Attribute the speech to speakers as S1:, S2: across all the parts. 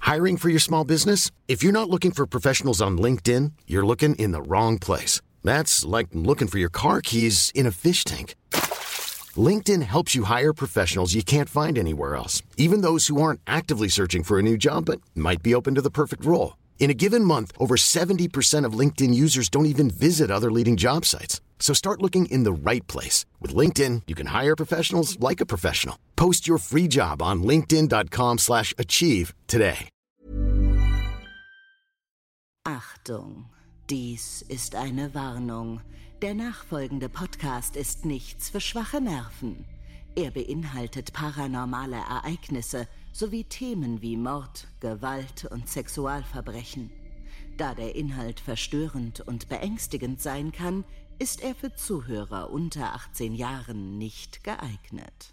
S1: Hiring for your small business? If you're not looking for professionals on LinkedIn, you're looking in the wrong place. That's like looking for your car keys in a fish tank. LinkedIn helps you hire professionals you can't find anywhere else, even those who aren't actively searching for a new job but might be open to the perfect role. In a given month, over 70% of LinkedIn users don't even visit other leading job sites. So start looking in the right place. With LinkedIn, you can hire professionals like a professional. Post your free job on linkedin.com/achieve today.
S2: Achtung, dies ist eine Warnung. Der nachfolgende Podcast ist nichts für schwache Nerven. Er beinhaltet paranormale Ereignisse sowie Themen wie Mord, Gewalt und Sexualverbrechen. Da der Inhalt verstörend und beängstigend sein kann, ist er für Zuhörer unter 18 Jahren nicht geeignet.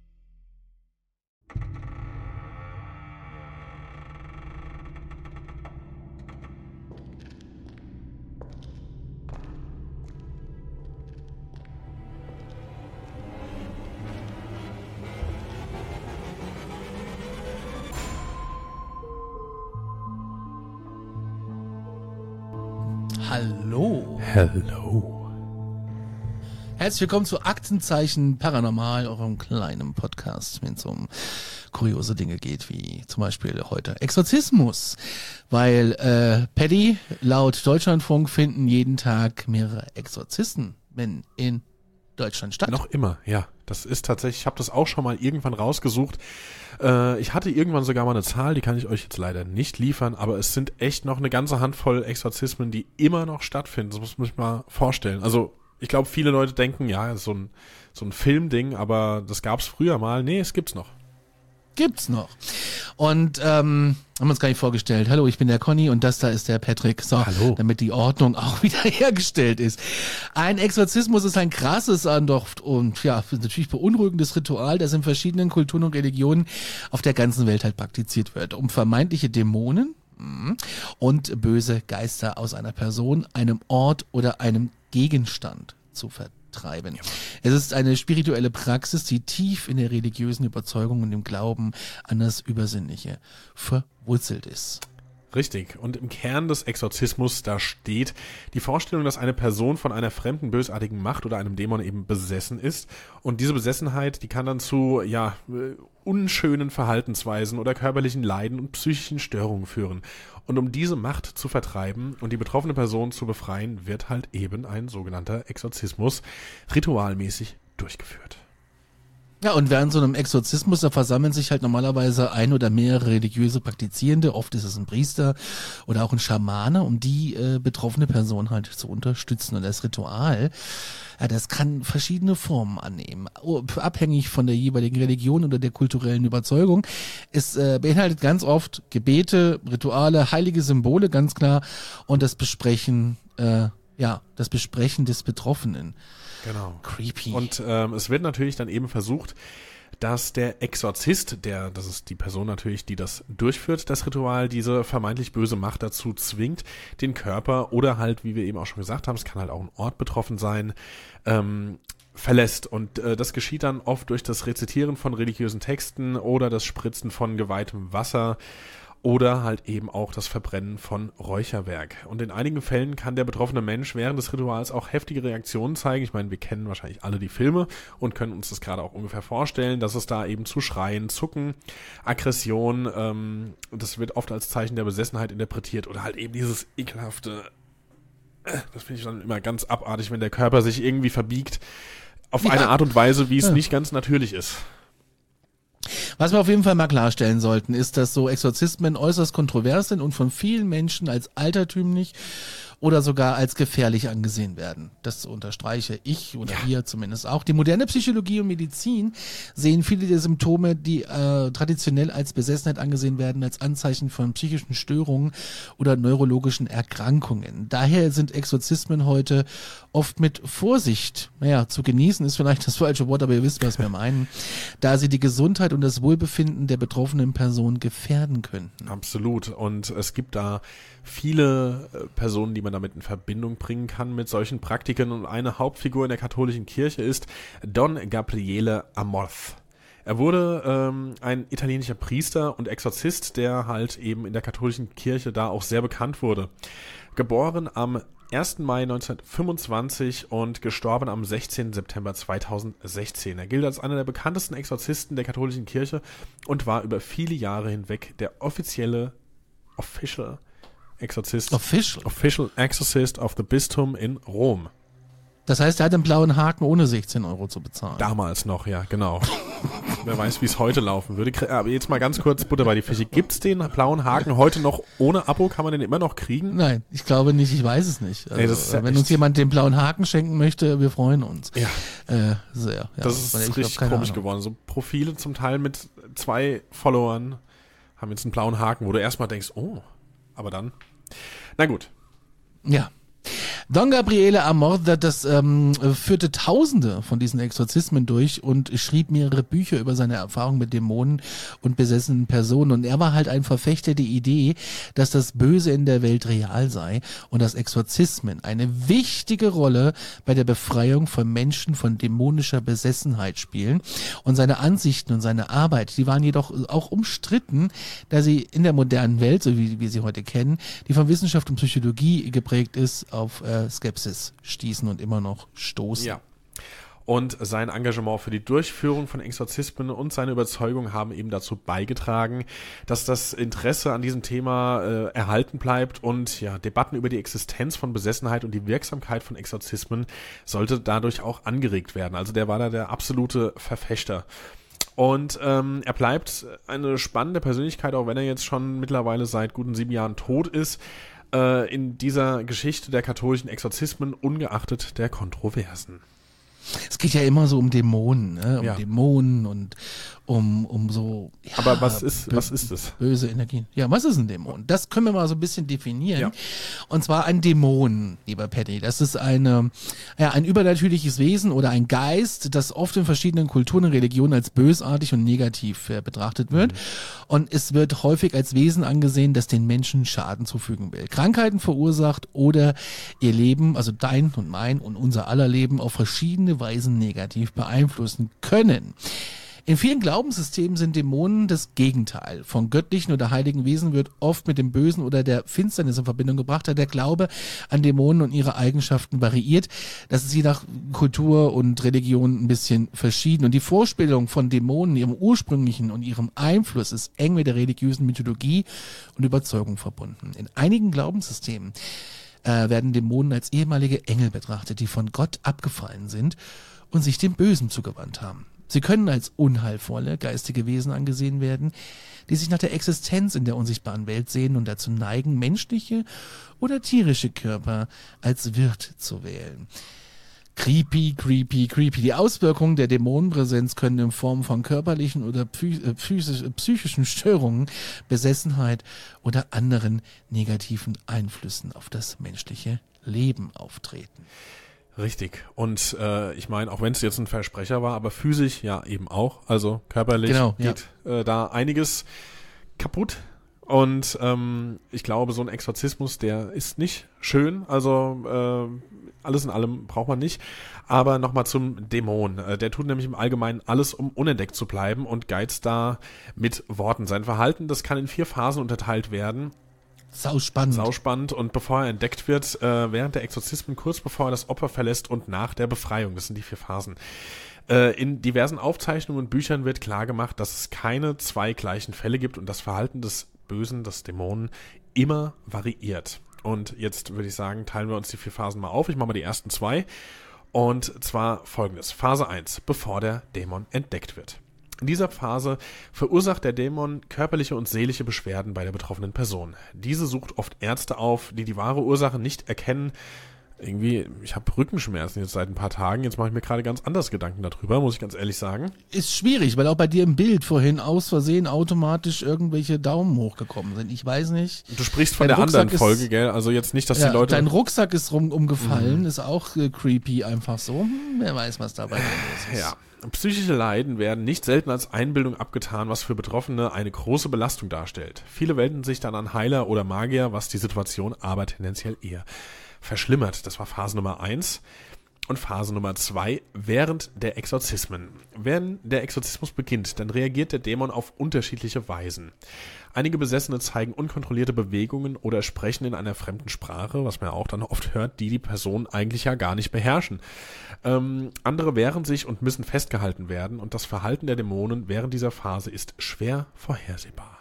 S3: Hallo.
S4: Hello.
S3: Herzlich willkommen zu Aktenzeichen Paranormal, eurem kleinen Podcast, wenn es um kuriose Dinge geht, wie zum Beispiel heute Exorzismus. Weil, Paddy, laut Deutschlandfunk finden jeden Tag mehrere Exorzisten in Deutschland statt.
S4: Noch immer, ja. Das ist tatsächlich, ich habe das auch schon mal irgendwann rausgesucht. Ich hatte irgendwann sogar mal eine Zahl, die kann ich euch jetzt leider nicht liefern, aber es sind echt noch eine ganze Handvoll Exorzismen, die immer noch stattfinden. Das muss man sich mal vorstellen. Also ich glaube, viele Leute denken, ja, so ein Filmding, aber das gab's früher mal. Nee, es gibt's noch.
S3: Gibt's noch. Und haben uns gar nicht vorgestellt. Hallo, ich bin der Conny und das da ist der Patrick. So,
S4: hallo.
S3: Damit die Ordnung auch wieder hergestellt ist. Ein Exorzismus ist ein krasses und ja, natürlich beunruhigendes Ritual, das in verschiedenen Kulturen und Religionen auf der ganzen Welt halt praktiziert wird, um vermeintliche Dämonen und böse Geister aus einer Person, einem Ort oder einem Gegenstand zu vertreiben. Ja. Es ist eine spirituelle Praxis, die tief in der religiösen Überzeugung und dem Glauben an das Übersinnliche verwurzelt ist.
S4: Richtig. Und im Kern des Exorzismus, da steht die Vorstellung, dass eine Person von einer fremden, bösartigen Macht oder einem Dämon eben besessen ist. Und diese Besessenheit, die kann dann zu, ja, unschönen Verhaltensweisen oder körperlichen Leiden und psychischen Störungen führen. Und um diese Macht zu vertreiben und die betroffene Person zu befreien, wird halt eben ein sogenannter Exorzismus ritualmäßig durchgeführt.
S3: Ja, und während so einem Exorzismus, da versammeln sich halt normalerweise ein oder mehrere religiöse Praktizierende, oft ist es ein Priester oder auch ein Schamane, um die betroffene Person halt zu unterstützen. Und das Ritual, ja, das kann verschiedene Formen annehmen, abhängig von der jeweiligen Religion oder der kulturellen Überzeugung. Es beinhaltet ganz oft Gebete, Rituale, heilige Symbole, ganz klar, und das Besprechen des Betroffenen.
S4: Genau.
S3: Creepy.
S4: Und es wird natürlich dann eben versucht, dass der Exorzist, das ist die Person natürlich, die das durchführt, das Ritual, diese vermeintlich böse Macht dazu zwingt, den Körper oder halt, wie wir eben auch schon gesagt haben, es kann halt auch ein Ort betroffen sein, verlässt. Und das geschieht dann oft durch das Rezitieren von religiösen Texten oder das Spritzen von geweihtem Wasser oder halt eben auch das Verbrennen von Räucherwerk. Und in einigen Fällen kann der betroffene Mensch während des Rituals auch heftige Reaktionen zeigen. Ich meine, wir kennen wahrscheinlich alle die Filme und können uns das gerade auch ungefähr vorstellen, dass es da eben zu Schreien, Zucken, Aggression, das wird oft als Zeichen der Besessenheit interpretiert oder halt eben dieses ekelhafte, das finde ich dann immer ganz abartig, wenn der Körper sich irgendwie verbiegt auf eine Art und Weise, wie es nicht ganz natürlich ist.
S3: Was wir auf jeden Fall mal klarstellen sollten, ist, dass so Exorzismen äußerst kontrovers sind und von vielen Menschen als altertümlich oder sogar als gefährlich angesehen werden. Das unterstreiche ich oder wir zumindest auch. Die moderne Psychologie und Medizin sehen viele der Symptome, die traditionell als Besessenheit angesehen werden, als Anzeichen von psychischen Störungen oder neurologischen Erkrankungen. Daher sind Exorzismen heute oft mit Vorsicht, zu genießen ist vielleicht das falsche Wort, aber ihr wisst, was wir meinen, da sie die Gesundheit und das Wohlbefinden der betroffenen Person gefährden könnten.
S4: Absolut. Und es gibt da viele Personen, die man damit in Verbindung bringen kann mit solchen Praktiken. Und eine Hauptfigur in der katholischen Kirche ist Don Gabriele Amorth. Er wurde ein italienischer Priester und Exorzist, der halt eben in der katholischen Kirche da auch sehr bekannt wurde. Geboren am 1. Mai 1925 und gestorben am 16. September 2016. Er gilt als einer der bekanntesten Exorzisten der katholischen Kirche und war über viele Jahre hinweg der Official Exorzist of the Bistum in Rom.
S3: Das heißt, er hat einen blauen Haken, ohne 16 € zu bezahlen.
S4: Damals noch, ja, genau. Wer weiß, wie es heute laufen würde. Aber jetzt mal ganz kurz Butter bei die Fische. Gibt's den blauen Haken heute noch ohne Abo? Kann man den immer noch kriegen?
S3: Nein, ich glaube nicht. Ich weiß es nicht. Also,
S4: das ist ja
S3: wenn uns jemand den blauen Haken schenken möchte, wir freuen uns.
S4: Ja.
S3: Sehr. Ja,
S4: das ist richtig komisch geworden. So Profile zum Teil mit 2 Followern haben jetzt einen blauen Haken, wo du erstmal denkst, oh, aber dann. Na gut.
S3: Ja. Don Gabriele Amorth, das führte Tausende von diesen Exorzismen durch und schrieb mehrere Bücher über seine Erfahrung mit Dämonen und besessenen Personen. Und er war halt ein Verfechter der Idee, dass das Böse in der Welt real sei und dass Exorzismen eine wichtige Rolle bei der Befreiung von Menschen von dämonischer Besessenheit spielen. Und seine Ansichten und seine Arbeit, die waren jedoch auch umstritten, da sie in der modernen Welt, so wie wir sie heute kennen, die von Wissenschaft und Psychologie geprägt ist, auf Skepsis stießen und immer noch stoßen.
S4: Ja. Und sein Engagement für die Durchführung von Exorzismen und seine Überzeugung haben eben dazu beigetragen, dass das Interesse an diesem Thema erhalten bleibt und ja, Debatten über die Existenz von Besessenheit und die Wirksamkeit von Exorzismen sollte dadurch auch angeregt werden. Also der war da der absolute Verfechter. Und er bleibt eine spannende Persönlichkeit, auch wenn er jetzt schon mittlerweile seit guten 7 Jahren tot ist, in dieser Geschichte der katholischen Exorzismen, ungeachtet der Kontroversen.
S3: Es geht ja immer so um Dämonen, ne?
S4: Ja.
S3: Dämonen und um so. Ja,
S4: aber was ist es?
S3: Böse Energien. Ja, was ist ein Dämon? Das können wir mal so ein bisschen definieren.
S4: Ja.
S3: Und zwar ein Dämon, lieber Paddy. Das ist ein übernatürliches Wesen oder ein Geist, das oft in verschiedenen Kulturen und Religionen als bösartig und negativ betrachtet wird. Und es wird häufig als Wesen angesehen, das den Menschen Schaden zufügen will. Krankheiten verursacht oder ihr Leben, also dein und mein und unser aller Leben, auf verschiedene Weisen negativ beeinflussen können. In vielen Glaubenssystemen sind Dämonen das Gegenteil. Von göttlichen oder heiligen Wesen wird oft mit dem Bösen oder der Finsternis in Verbindung gebracht, da der Glaube an Dämonen und ihre Eigenschaften variiert. Das ist je nach Kultur und Religion ein bisschen verschieden. Und die Vorstellung von Dämonen, ihrem ursprünglichen und ihrem Einfluss ist eng mit der religiösen Mythologie und Überzeugung verbunden. In einigen Glaubenssystemen werden Dämonen als ehemalige Engel betrachtet, die von Gott abgefallen sind und sich dem Bösen zugewandt haben. Sie können als unheilvolle geistige Wesen angesehen werden, die sich nach der Existenz in der unsichtbaren Welt sehen und dazu neigen, menschliche oder tierische Körper als Wirt zu wählen. Creepy. Die Auswirkungen der Dämonenpräsenz können in Form von körperlichen oder psychischen Störungen, Besessenheit oder anderen negativen Einflüssen auf das menschliche Leben auftreten.
S4: Richtig. Und ich meine, auch wenn es jetzt ein Versprecher war, aber physisch ja eben auch. Also körperlich geht da einiges kaputt. Und ich glaube, so ein Exorzismus, der ist nicht schön. Also alles in allem braucht man nicht. Aber nochmal zum Dämon. Der tut nämlich im Allgemeinen alles, um unentdeckt zu bleiben und geizt da mit Worten. Sein Verhalten, das kann in 4 Phasen unterteilt werden. Sauspannend. Und bevor er entdeckt wird, während der Exorzismen, kurz bevor er das Opfer verlässt und nach der Befreiung. Das sind die 4 Phasen. In diversen Aufzeichnungen und Büchern wird klargemacht, dass es keine 2 gleichen Fälle gibt und das Verhalten des Bösen, des Dämonen, immer variiert. Und jetzt würde ich sagen, teilen wir uns die 4 Phasen mal auf. Ich mache mal die ersten 2. Und zwar folgendes. Phase 1, bevor der Dämon entdeckt wird. In dieser Phase verursacht der Dämon körperliche und seelische Beschwerden bei der betroffenen Person. Diese sucht oft Ärzte auf, die die wahre Ursache nicht erkennen. Irgendwie, ich habe Rückenschmerzen jetzt seit ein paar Tagen, jetzt mache ich mir gerade ganz anders Gedanken darüber, muss ich ganz ehrlich sagen.
S3: Ist schwierig, weil auch bei dir im Bild vorhin aus Versehen automatisch irgendwelche Daumen hochgekommen sind. Ich weiß nicht.
S4: Du sprichst von der anderen Folge, gell? Also jetzt nicht, dass die Leute...
S3: Dein Rucksack ist umgefallen, ist auch creepy einfach so. Wer weiß, was dabei los ist.
S4: Ja. Psychische Leiden werden nicht selten als Einbildung abgetan, was für Betroffene eine große Belastung darstellt. Viele wenden sich dann an Heiler oder Magier, was die Situation aber tendenziell eher verschlimmert. Das war Phase Nummer 1. Und Phase Nummer 2, während der Exorzismen. Wenn der Exorzismus beginnt, dann reagiert der Dämon auf unterschiedliche Weisen. Einige Besessene zeigen unkontrollierte Bewegungen oder sprechen in einer fremden Sprache, was man auch dann oft hört, die Person eigentlich ja gar nicht beherrschen. Andere wehren sich und müssen festgehalten werden und das Verhalten der Dämonen während dieser Phase ist schwer vorhersehbar.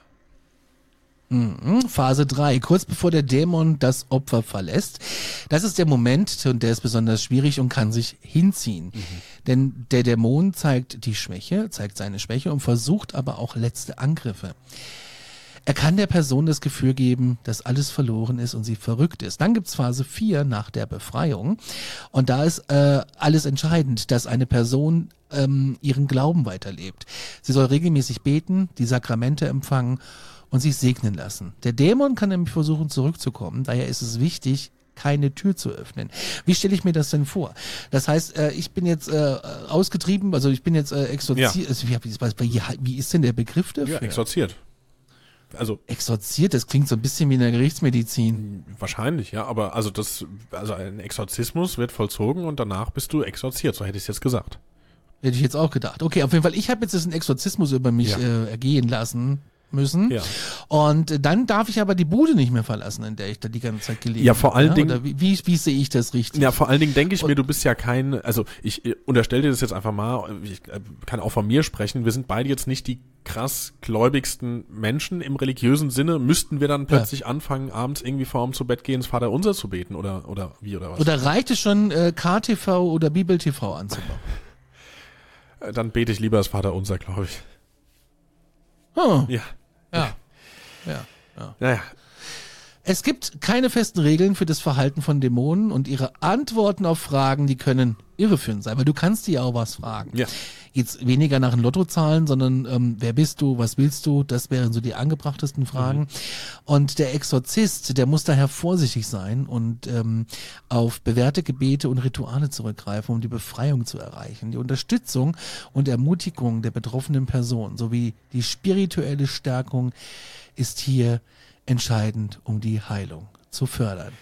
S3: Phase 3, kurz bevor der Dämon das Opfer verlässt. Das ist der Moment, und der ist besonders schwierig und kann sich hinziehen. Denn der Dämon zeigt seine Schwäche und versucht aber auch letzte Angriffe. Er kann der Person das Gefühl geben, dass alles verloren ist und sie verrückt ist. Dann gibt's Phase 4 nach der Befreiung. Und da ist alles entscheidend, dass eine Person ihren Glauben weiterlebt. Sie soll regelmäßig beten, die Sakramente empfangen und sich segnen lassen. Der Dämon kann nämlich versuchen zurückzukommen. Daher ist es wichtig, keine Tür zu öffnen. Wie stelle ich mir das denn vor? Das heißt, ich bin jetzt ausgetrieben, also ich bin jetzt exorziert.
S4: Ja.
S3: Also, wie ist denn der Begriff dafür?
S4: Ja, exorziert. Also
S3: Exorziert, das klingt so ein bisschen wie in der Gerichtsmedizin.
S4: wahrscheinlich, ja, aber also ein Exorzismus wird vollzogen und danach bist du exorziert, so hätte ich es jetzt gesagt.
S3: Hätte ich jetzt auch gedacht. Okay, auf jeden Fall, ich habe jetzt einen Exorzismus über mich ergehen lassen müssen.
S4: Ja.
S3: Und dann darf ich aber die Bude nicht mehr verlassen, in der ich da die ganze Zeit gelegen habe.
S4: Ja, vor allen Dingen.
S3: Oder wie sehe ich das richtig?
S4: Ja, vor allen Dingen denke ich mir, du bist ja also ich unterstelle dir das jetzt einfach mal, ich kann auch von mir sprechen, wir sind beide jetzt nicht die krass gläubigsten Menschen im religiösen Sinne, müssten wir dann plötzlich anfangen, abends irgendwie vorm zu Bett gehen, das Vaterunser zu beten oder wie oder was?
S3: Oder reicht es schon, KTV oder Bibel-TV anzubauen?
S4: Dann bete ich lieber das Vaterunser, glaube ich.
S3: Oh.
S4: Ja.
S3: Ja.
S4: Naja.
S3: Es gibt keine festen Regeln für das Verhalten von Dämonen und ihre Antworten auf Fragen, die können irreführend sein, weil du kannst die auch was fragen.
S4: Ja.
S3: Jetzt weniger nach den Lottozahlen, sondern wer bist du, was willst du, das wären so die angebrachtesten Fragen. Und der Exorzist, der muss daher vorsichtig sein und auf bewährte Gebete und Rituale zurückgreifen, um die Befreiung zu erreichen. Die Unterstützung und Ermutigung der betroffenen Person sowie die spirituelle Stärkung ist hier entscheidend, um die Heilung zu fördern.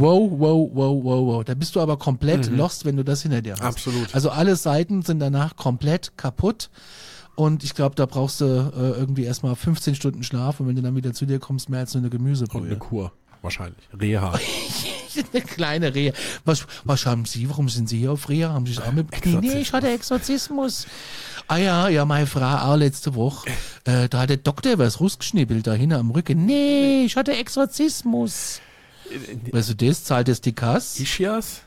S3: Wow. Da bist du aber komplett lost, wenn du das hinter dir hast.
S4: Absolut.
S3: Also alle Seiten sind danach komplett kaputt und ich glaube, da brauchst du irgendwie erstmal 15 Stunden Schlaf und wenn du dann wieder zu dir kommst, mehr als nur eine Gemüsebrühe.
S4: Und eine Kur, wahrscheinlich. Reha.
S3: Eine kleine Reha. Was haben Sie? Warum sind Sie hier auf Reha? Haben Sie sich auch mit? Nee, ich hatte Exorzismus. Ah ja, meine Frau auch letzte Woche. Da hat der Doktor was rausgeschnippelt da hinten am Rücken. Nee, ich hatte Exorzismus. Weißt du das? Zahlt das die Kasse?
S4: Ischias?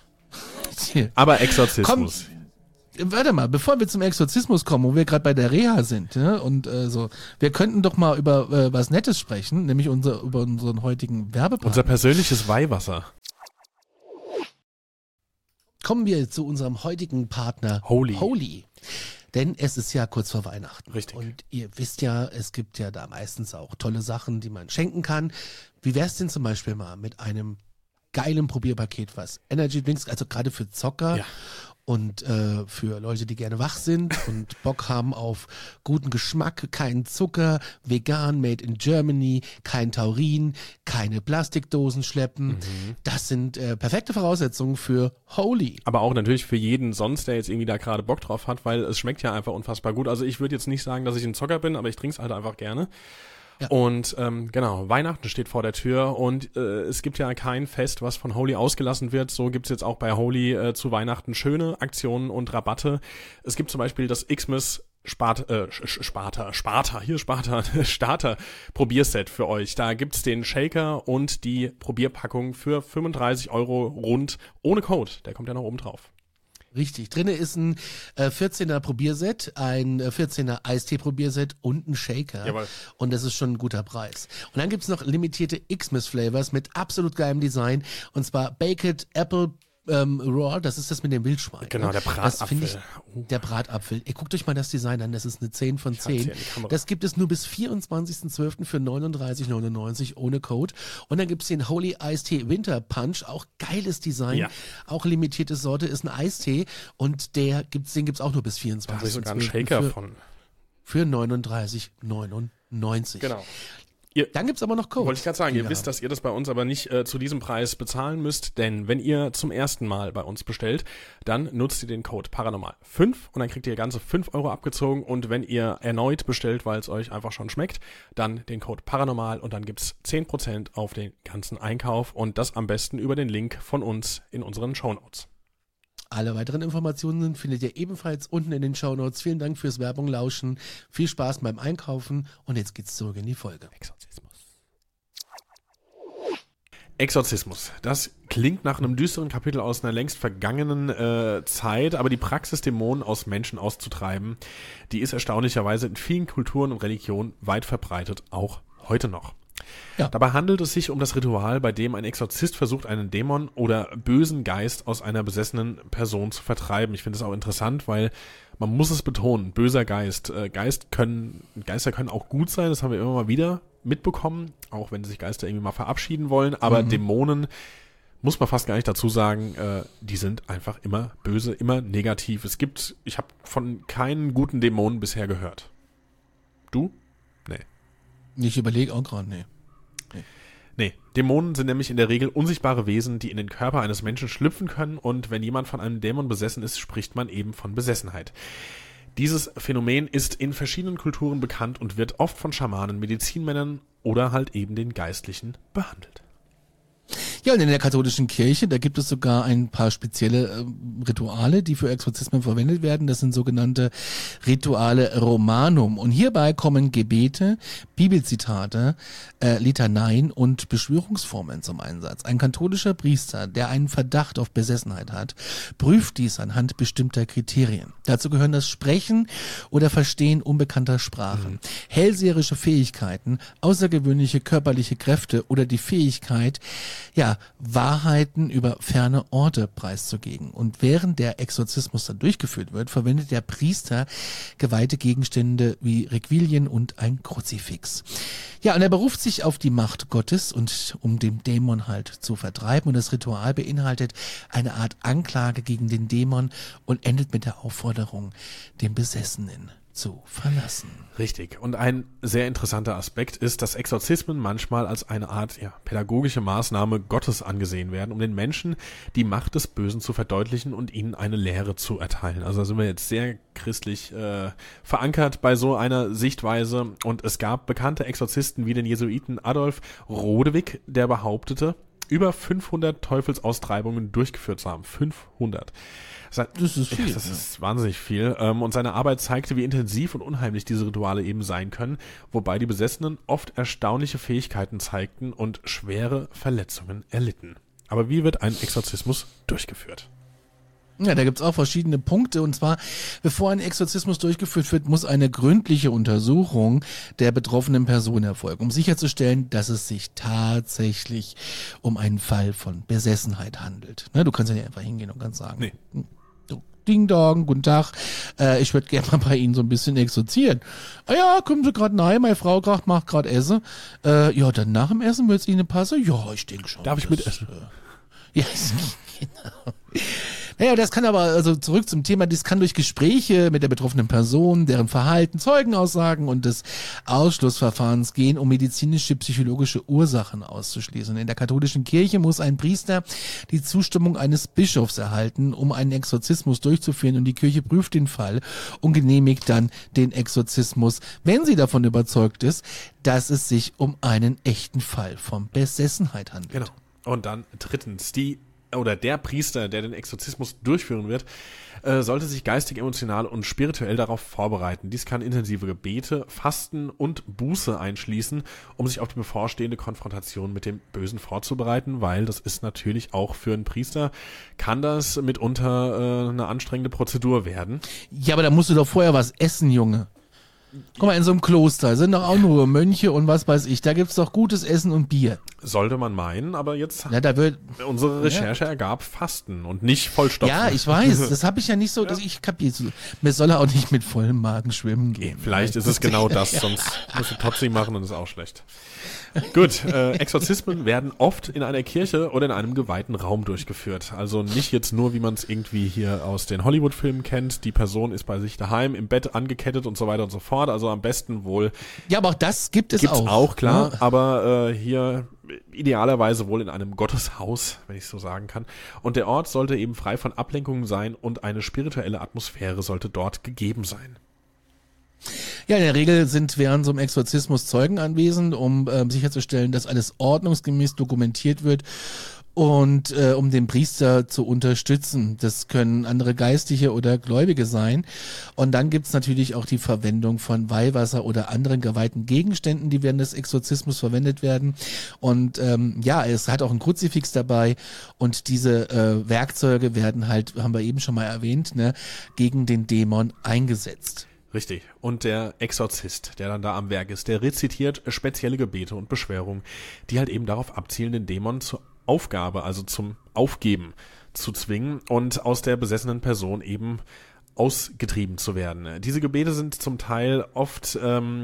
S4: Aber Exorzismus.
S3: Warte mal, bevor wir zum Exorzismus kommen, wo wir gerade bei der Reha sind, ne, und so, wir könnten doch mal über was Nettes sprechen, nämlich über unseren heutigen Werbepartner.
S4: Unser persönliches Weihwasser.
S3: Kommen wir zu unserem heutigen Partner Holy. Denn es ist ja kurz vor Weihnachten.
S4: Richtig.
S3: Und ihr wisst ja, es gibt ja da meistens auch tolle Sachen, die man schenken kann. Wie wär's denn zum Beispiel mal mit einem geilen Probierpaket, was Energy Drinks, also gerade für Zocker und für Leute, die gerne wach sind und Bock haben auf guten Geschmack, keinen Zucker, vegan, made in Germany, kein Taurin, keine Plastikdosen schleppen. Das sind perfekte Voraussetzungen für Holy.
S4: Aber auch natürlich für jeden sonst, der jetzt irgendwie da gerade Bock drauf hat, weil es schmeckt ja einfach unfassbar gut. Also ich würde jetzt nicht sagen, dass ich ein Zocker bin, aber ich trinke es halt einfach gerne. Ja. Und genau, Weihnachten steht vor der Tür und es gibt ja kein Fest, was von Holy ausgelassen wird. So gibt's jetzt auch bei Holy zu Weihnachten schöne Aktionen und Rabatte. Es gibt zum Beispiel das Xmas Starter Probierset für euch. Da gibt's den Shaker und die Probierpackung für 35 € rund ohne Code. Der kommt ja noch oben drauf.
S3: Richtig. Drinne ist ein 14er Probierset, ein 14er Eistee-Probierset und ein Shaker.
S4: Jawohl.
S3: Und das ist schon ein guter Preis. Und dann gibt's noch limitierte Xmas-Flavors mit absolut geilem Design. Und zwar Baked Apple Raw, das ist das mit dem Wildschwein.
S4: Genau, der Bratapfel.
S3: Der Bratapfel. Ihr guckt euch mal das Design an, das ist eine 10 von 10. Das gibt es nur bis 24.12. für 39,99 ohne Code. Und dann gibt's den Holy Eistee Winter Punch, auch geiles Design, auch limitierte Sorte, ist ein Eistee und den gibt's auch nur bis 24.12.
S4: Da habe ich sogar einen Shaker von.
S3: Für 39,99.
S4: Genau.
S3: Dann gibt's aber noch Codes.
S4: Wollte ich gerade sagen, ihr wisst, dass ihr das bei uns aber nicht zu diesem Preis bezahlen müsst, denn wenn ihr zum ersten Mal bei uns bestellt, dann nutzt ihr den Code Paranormal5 und dann kriegt ihr ganze 5 Euro abgezogen und wenn ihr erneut bestellt, weil es euch einfach schon schmeckt, dann den Code Paranormal und dann gibt's 10% auf den ganzen Einkauf und das am besten über den Link von uns in unseren Shownotes.
S3: Alle weiteren Informationen findet ihr ebenfalls unten in den Shownotes. Vielen Dank fürs Werbung lauschen. Viel Spaß beim Einkaufen und jetzt geht's zurück in die Folge.
S4: Exorzismus. Das klingt nach einem düsteren Kapitel aus einer längst vergangenen Zeit, aber die Praxis, Dämonen aus Menschen auszutreiben, die ist erstaunlicherweise in vielen Kulturen und Religionen weit verbreitet, auch heute noch. Ja. Dabei handelt es sich um das Ritual, bei dem ein Exorzist versucht, einen Dämon oder bösen Geist aus einer besessenen Person zu vertreiben. Ich finde es auch interessant, weil man muss es betonen, böser Geist. Geister können auch gut sein, das haben wir immer mal wieder mitbekommen, auch wenn sich Geister irgendwie mal verabschieden wollen, aber Dämonen, muss man fast gar nicht dazu sagen, die sind einfach immer böse, immer negativ. Ich habe von keinen guten Dämonen bisher gehört. Du? Nee.
S3: Ich überlege auch gerade,
S4: Nee, Dämonen sind nämlich in der Regel unsichtbare Wesen, die in den Körper eines Menschen schlüpfen können und wenn jemand von einem Dämon besessen ist, spricht man eben von Besessenheit. Dieses Phänomen ist in verschiedenen Kulturen bekannt und wird oft von Schamanen, Medizinmännern oder halt eben den Geistlichen behandelt.
S3: Ja, und in der katholischen Kirche, da gibt es sogar ein paar spezielle Rituale, die für Exorzismen verwendet werden. Das sind sogenannte Rituale Romanum. Und hierbei kommen Gebete, Bibelzitate, Litaneien und Beschwörungsformeln zum Einsatz. Ein katholischer Priester, der einen Verdacht auf Besessenheit hat, prüft dies anhand bestimmter Kriterien. Dazu gehören das Sprechen oder Verstehen unbekannter Sprachen, hellseherische Fähigkeiten, außergewöhnliche körperliche Kräfte oder die Fähigkeit, Wahrheiten über ferne Orte preiszugeben. Und während der Exorzismus dann durchgeführt wird, verwendet der Priester geweihte Gegenstände wie Requilien und ein Kruzifix. Ja, und er beruft sich auf die Macht Gottes und um den Dämon halt zu vertreiben. Und das Ritual beinhaltet eine Art Anklage gegen den Dämon und endet mit der Aufforderung, den Besessenen zu verlassen.
S4: Richtig. Und ein sehr interessanter Aspekt ist, dass Exorzismen manchmal als eine Art pädagogische Maßnahme Gottes angesehen werden, um den Menschen die Macht des Bösen zu verdeutlichen und ihnen eine Lehre zu erteilen. Also da sind wir jetzt sehr christlich verankert bei so einer Sichtweise. Und es gab bekannte Exorzisten wie den Jesuiten Adolf Rodewig, der behauptete, über 500 Teufelsaustreibungen durchgeführt zu haben. 500.
S3: Das ist viel.
S4: Das ist wahnsinnig viel. Und seine Arbeit zeigte, wie intensiv und unheimlich diese Rituale eben sein können, wobei die Besessenen oft erstaunliche Fähigkeiten zeigten und schwere Verletzungen erlitten. Aber wie wird ein Exorzismus durchgeführt?
S3: Ja, da gibt's auch verschiedene Punkte. Und zwar, bevor ein Exorzismus durchgeführt wird, muss eine gründliche Untersuchung der betroffenen Person erfolgen, um sicherzustellen, dass es sich tatsächlich um einen Fall von Besessenheit handelt. Du kannst ja nicht einfach hingehen und kannst sagen, Ding Dong, guten Tag, ich würde gerne mal bei Ihnen so ein bisschen exorzieren. Ah ja, kommen Sie gerade rein, meine Frau macht gerade Essen. Dann nach dem Essen wird es Ihnen passen? Ja, ich denke schon.
S4: Darf ich mitessen?
S3: Genau. Naja, das kann aber, also zurück zum Thema, das kann durch Gespräche mit der betroffenen Person, deren Verhalten, Zeugenaussagen und des Ausschlussverfahrens gehen, um medizinische, psychologische Ursachen auszuschließen. In der katholischen Kirche muss ein Priester die Zustimmung eines Bischofs erhalten, um einen Exorzismus durchzuführen, und die Kirche prüft den Fall und genehmigt dann den Exorzismus, wenn sie davon überzeugt ist, dass es sich um einen echten Fall von Besessenheit handelt.
S4: Genau. Und dann drittens, der Priester, der den Exorzismus durchführen wird, sollte sich geistig, emotional und spirituell darauf vorbereiten. Dies kann intensive Gebete, Fasten und Buße einschließen, um sich auf die bevorstehende Konfrontation mit dem Bösen vorzubereiten, weil das ist natürlich auch für einen Priester, kann das mitunter eine anstrengende Prozedur werden.
S3: Ja, aber da musst du doch vorher was essen, Junge. Guck mal, in so einem Kloster sind doch auch nur Mönche und was weiß ich. Da gibt's doch gutes Essen und Bier.
S4: Sollte man meinen, aber jetzt unsere Recherche ergab Fasten und nicht Vollstopfen.
S3: Ja, ich weiß. Das habe ich ja nicht so. Ich kapiere. Mir soll er auch nicht mit vollem Magen schwimmen gehen.
S4: Vielleicht ist es genau das, sonst musst du Totzi machen und ist auch schlecht. Gut, Exorzismen werden oft in einer Kirche oder in einem geweihten Raum durchgeführt. Also nicht jetzt nur, wie man es irgendwie hier aus den Hollywood-Filmen kennt. Die Person ist bei sich daheim im Bett angekettet und so weiter und so fort. fort. Also am besten wohl.
S3: Ja, aber auch das gibt es
S4: Gibt's auch, klar.
S3: Ne?
S4: Aber hier idealerweise wohl in einem Gotteshaus, wenn ich so sagen kann. Und der Ort sollte eben frei von Ablenkungen sein und eine spirituelle Atmosphäre sollte dort gegeben sein.
S3: Ja, in der Regel sind während so einem Exorzismus Zeugen anwesend, um sicherzustellen, dass alles ordnungsgemäß dokumentiert wird und um den Priester zu unterstützen. Das können andere Geistliche oder Gläubige sein. Und dann gibt's natürlich auch die Verwendung von Weihwasser oder anderen geweihten Gegenständen, die während des Exorzismus verwendet werden. Und es hat auch ein Kruzifix dabei und diese Werkzeuge werden halt, haben wir eben schon mal erwähnt, ne, gegen den Dämon eingesetzt.
S4: Richtig. Und der Exorzist, der dann da am Werk ist, der rezitiert spezielle Gebete und Beschwörungen, die halt eben darauf abzielen, den Dämon zur Aufgabe, also zum Aufgeben zu zwingen und aus der besessenen Person eben ausgetrieben zu werden. Diese Gebete sind zum Teil oft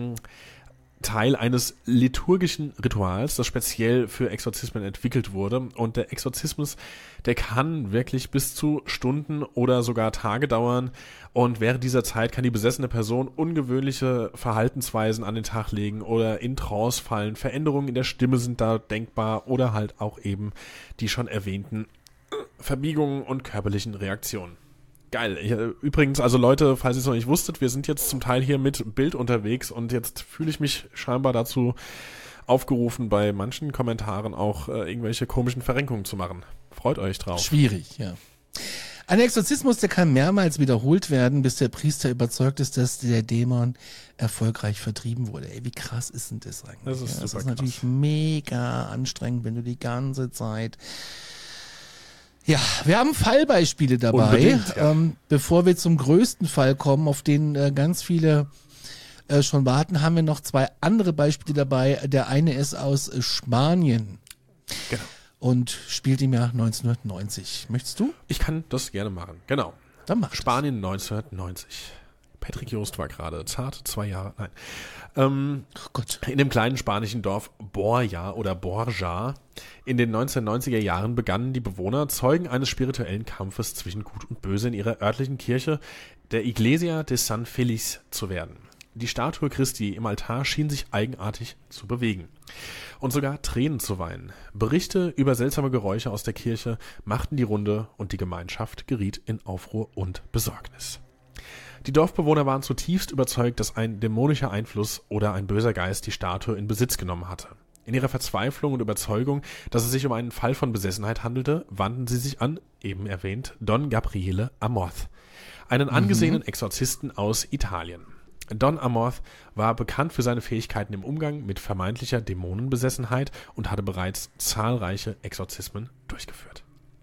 S4: Teil eines liturgischen Rituals, das speziell für Exorzismen entwickelt wurde. Und der Exorzismus, der kann wirklich bis zu Stunden oder sogar Tage dauern. Und während dieser Zeit kann die besessene Person ungewöhnliche Verhaltensweisen an den Tag legen oder in Trance fallen. Veränderungen in der Stimme sind da denkbar oder halt auch eben die schon erwähnten Verbiegungen und körperlichen Reaktionen. Geil. Übrigens, also Leute, falls ihr es noch nicht wusstet, wir sind jetzt zum Teil hier mit Bild unterwegs und jetzt fühle ich mich scheinbar dazu aufgerufen, bei manchen Kommentaren auch irgendwelche komischen Verrenkungen zu machen. Freut euch drauf.
S3: Schwierig, ja. Ein Exorzismus, der kann mehrmals wiederholt werden, bis der Priester überzeugt ist, dass der Dämon erfolgreich vertrieben wurde. Ey, wie krass ist denn das eigentlich?
S4: Das ist,
S3: das ist natürlich mega anstrengend, wenn du die ganze Zeit... Ja, wir haben Fallbeispiele dabei.
S4: Unbedingt, ja.
S3: Bevor wir zum größten Fall kommen, auf den ganz viele schon warten, haben wir noch zwei andere Beispiele dabei. Der eine ist aus Spanien.
S4: Genau.
S3: Und spielt im Jahr 1990. Möchtest du?
S4: Ich kann das gerne machen. Genau.
S3: Dann mach
S4: Spanien 1990. Patrick Jost war gerade zart 2 Jahre. Nein.
S3: Oh Gott.
S4: In dem kleinen spanischen Dorf Borja oder Borja in den 1990er Jahren begannen die Bewohner, Zeugen eines spirituellen Kampfes zwischen Gut und Böse in ihrer örtlichen Kirche, der Iglesia de San Feliz, zu werden. Die Statue Christi im Altar schien sich eigenartig zu bewegen und sogar Tränen zu weinen. Berichte über seltsame Geräusche aus der Kirche machten die Runde und die Gemeinschaft geriet in Aufruhr und Besorgnis. Die Dorfbewohner waren zutiefst überzeugt, dass ein dämonischer Einfluss oder ein böser Geist die Statue in Besitz genommen hatte. In ihrer Verzweiflung und Überzeugung, dass es sich um einen Fall von Besessenheit handelte, wandten sie sich an, eben erwähnt, Don Gabriele Amorth, einen angesehenen Exorzisten aus Italien. Don Amorth war bekannt für seine Fähigkeiten im Umgang mit vermeintlicher Dämonenbesessenheit und hatte bereits zahlreiche Exorzismen durchgeführt.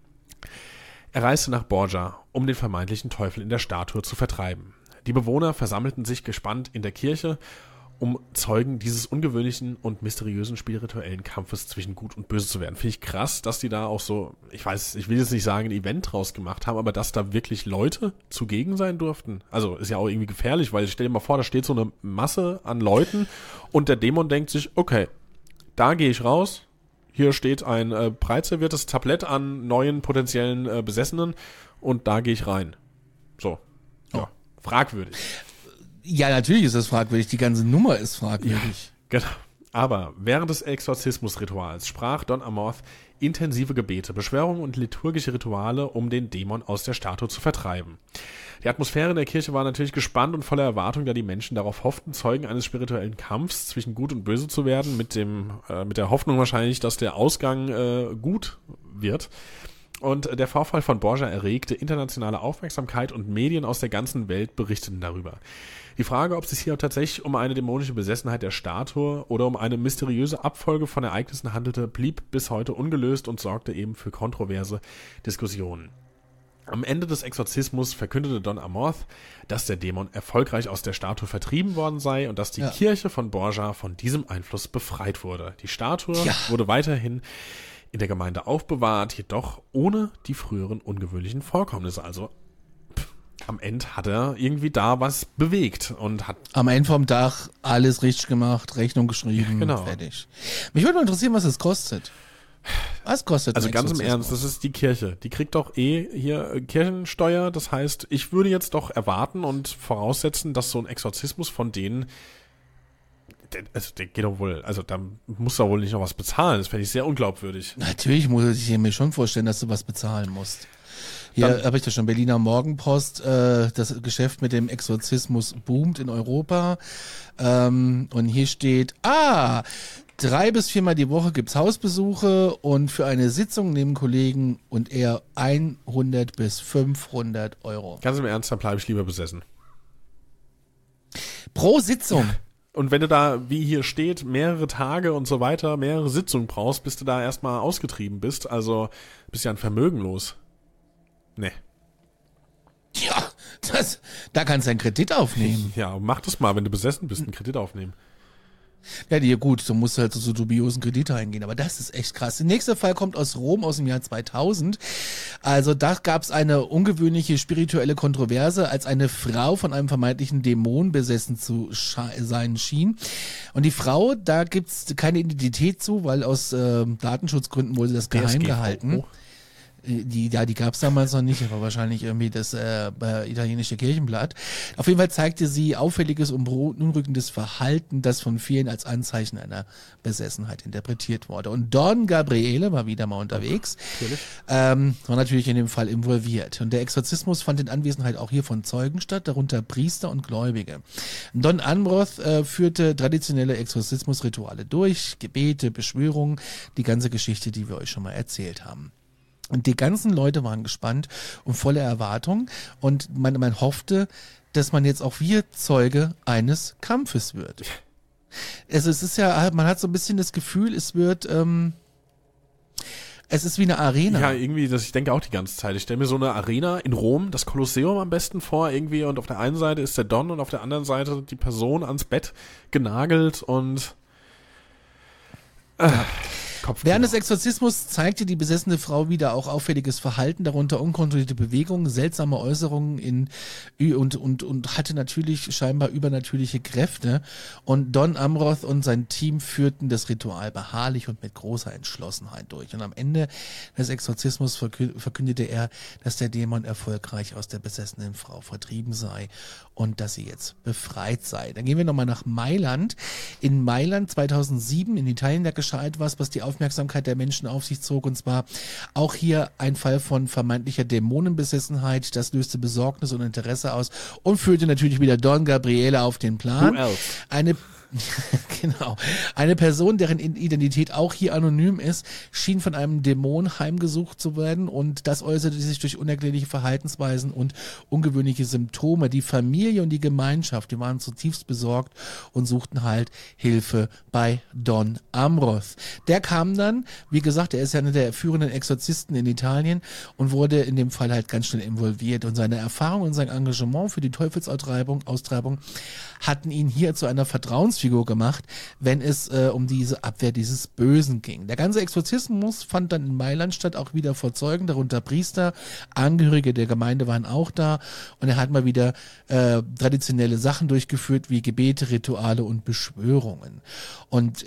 S4: Er reiste nach Borja, um den vermeintlichen Teufel in der Statue zu vertreiben. Die Bewohner versammelten sich gespannt in der Kirche, um Zeugen dieses ungewöhnlichen und mysteriösen spirituellen Kampfes zwischen Gut und Böse zu werden. Finde ich krass, dass die da auch so, ich will jetzt nicht sagen, ein Event draus gemacht haben, aber dass da wirklich Leute zugegen sein durften. Also ist ja auch irgendwie gefährlich, weil stell dir mal vor, da steht so eine Masse an Leuten und der Dämon denkt sich, okay, da gehe ich raus. Hier steht ein breit serviertes Tablett an neuen potenziellen Besessenen und da gehe ich rein. So. Ja. Fragwürdig.
S3: Ja, natürlich ist das fragwürdig. Die ganze Nummer ist fragwürdig.
S4: Ja, genau. Aber während des Exorzismusrituals sprach Don Amorth intensive Gebete, Beschwörungen und liturgische Rituale, um den Dämon aus der Statue zu vertreiben. Die Atmosphäre in der Kirche war natürlich gespannt und voller Erwartung, da die Menschen darauf hofften, Zeugen eines spirituellen Kampfs zwischen Gut und Böse zu werden, mit der Hoffnung wahrscheinlich, dass der Ausgang gut wird. Und der Vorfall von Borja erregte internationale Aufmerksamkeit und Medien aus der ganzen Welt berichteten darüber. Die Frage, ob es sich hier tatsächlich um eine dämonische Besessenheit der Statue oder um eine mysteriöse Abfolge von Ereignissen handelte, blieb bis heute ungelöst und sorgte eben für kontroverse Diskussionen. Am Ende des Exorzismus verkündete Don Amorth, dass der Dämon erfolgreich aus der Statue vertrieben worden sei und dass die Kirche von Borja von diesem Einfluss befreit wurde. Die Statue wurde weiterhin in der Gemeinde aufbewahrt, jedoch ohne die früheren ungewöhnlichen Vorkommnisse. Also am Ende hat er irgendwie da was bewegt und hat
S3: am Ende vom Tag alles richtig gemacht, Rechnung geschrieben, fertig. Mich würde mal interessieren, was es kostet. Was kostet
S4: Also
S3: ein
S4: ganz im
S3: Exorzismus?
S4: Ernst, das ist die Kirche. Die kriegt doch hier Kirchensteuer. Das heißt, ich würde jetzt doch erwarten und voraussetzen, dass so ein Exorzismus von denen, der geht doch wohl, also da muss er wohl nicht noch was bezahlen. Das fände ich sehr unglaubwürdig.
S3: Natürlich muss ich mir schon vorstellen, dass du was bezahlen musst. Hier habe ich das schon, Berliner Morgenpost, das Geschäft mit dem Exorzismus boomt in Europa. Und hier steht, 3 bis 4 Mal die Woche gibt's Hausbesuche und für eine Sitzung nehmen Kollegen und er 100 bis 500 Euro.
S4: Ganz im Ernst, dann bleibe ich lieber besessen.
S3: Pro Sitzung.
S4: Und wenn du da, wie hier steht, mehrere Tage und so weiter, mehrere Sitzungen brauchst, bis du da erstmal ausgetrieben bist, also bist ja ein Vermögen los. Nee.
S3: Ja, da kannst du einen Kredit aufnehmen.
S4: Ja, mach das mal, wenn du besessen bist, einen Kredit aufnehmen.
S3: Ja, dir gut, du musst halt so dubiosen Kredite eingehen, aber das ist echt krass. Der nächste Fall kommt aus Rom aus dem Jahr 2000. Also da gab es eine ungewöhnliche spirituelle Kontroverse, als eine Frau von einem vermeintlichen Dämon besessen zu sein schien. Und die Frau, da gibt's keine Identität zu, weil aus Datenschutzgründen wurde das geheim gehalten. Die gab es damals noch nicht, aber wahrscheinlich irgendwie das italienische Kirchenblatt. Auf jeden Fall zeigte sie auffälliges und beunruhigendes Verhalten, das von vielen als Anzeichen einer Besessenheit interpretiert wurde. Und Don Gabriele war wieder mal unterwegs, war natürlich in dem Fall involviert. Und der Exorzismus fand in Anwesenheit auch hier von Zeugen statt, darunter Priester und Gläubige. Don Ambroth führte traditionelle Exorzismusrituale durch, Gebete, Beschwörungen, die ganze Geschichte, die wir euch schon mal erzählt haben. Und die ganzen Leute waren gespannt und voller Erwartung und man hoffte, dass man jetzt auch wie Zeuge eines Kampfes wird. Also es ist ja, man hat so ein bisschen das Gefühl, es wird, es ist wie eine Arena.
S4: Ja, irgendwie, ich denke auch die ganze Zeit. Ich stelle mir so eine Arena in Rom, das Kolosseum am besten vor irgendwie und auf der einen Seite ist der Don und auf der anderen Seite die Person ans Bett genagelt und
S3: Während des Exorzismus zeigte die besessene Frau wieder auch auffälliges Verhalten, darunter unkontrollierte Bewegungen, seltsame Äußerungen und hatte natürlich scheinbar übernatürliche Kräfte. Und Don Ambroth und sein Team führten das Ritual beharrlich und mit großer Entschlossenheit durch. Und am Ende des Exorzismus verkündete er, dass der Dämon erfolgreich aus der besessenen Frau vertrieben sei und dass sie jetzt befreit sei. Dann gehen wir nochmal nach Mailand. In Mailand 2007 in Italien, da geschah etwas, was die Aufmerksamkeit der Menschen auf sich zog, und zwar auch hier ein Fall von vermeintlicher Dämonenbesessenheit. Das löste Besorgnis und Interesse aus und führte natürlich wieder Don Gabriele auf den Plan.
S4: Who else?
S3: Eine Person, deren Identität auch hier anonym ist, schien von einem Dämon heimgesucht zu werden und das äußerte sich durch unerklärliche Verhaltensweisen und ungewöhnliche Symptome. Die Familie und die Gemeinschaft, die waren zutiefst besorgt und suchten halt Hilfe bei Don Ambroth. Der kam dann, wie gesagt, er ist ja einer der führenden Exorzisten in Italien und wurde in dem Fall halt ganz schnell involviert und seine Erfahrung und sein Engagement für die Teufelsaustreibung hatten ihn hier zu einer Vertrauensfigur gemacht, wenn es um diese Abwehr dieses Bösen ging. Der ganze Exorzismus fand dann in Mailand statt, auch wieder vor Zeugen, darunter Priester, Angehörige der Gemeinde waren auch da und er hat mal wieder traditionelle Sachen durchgeführt, wie Gebete, Rituale und Beschwörungen. Und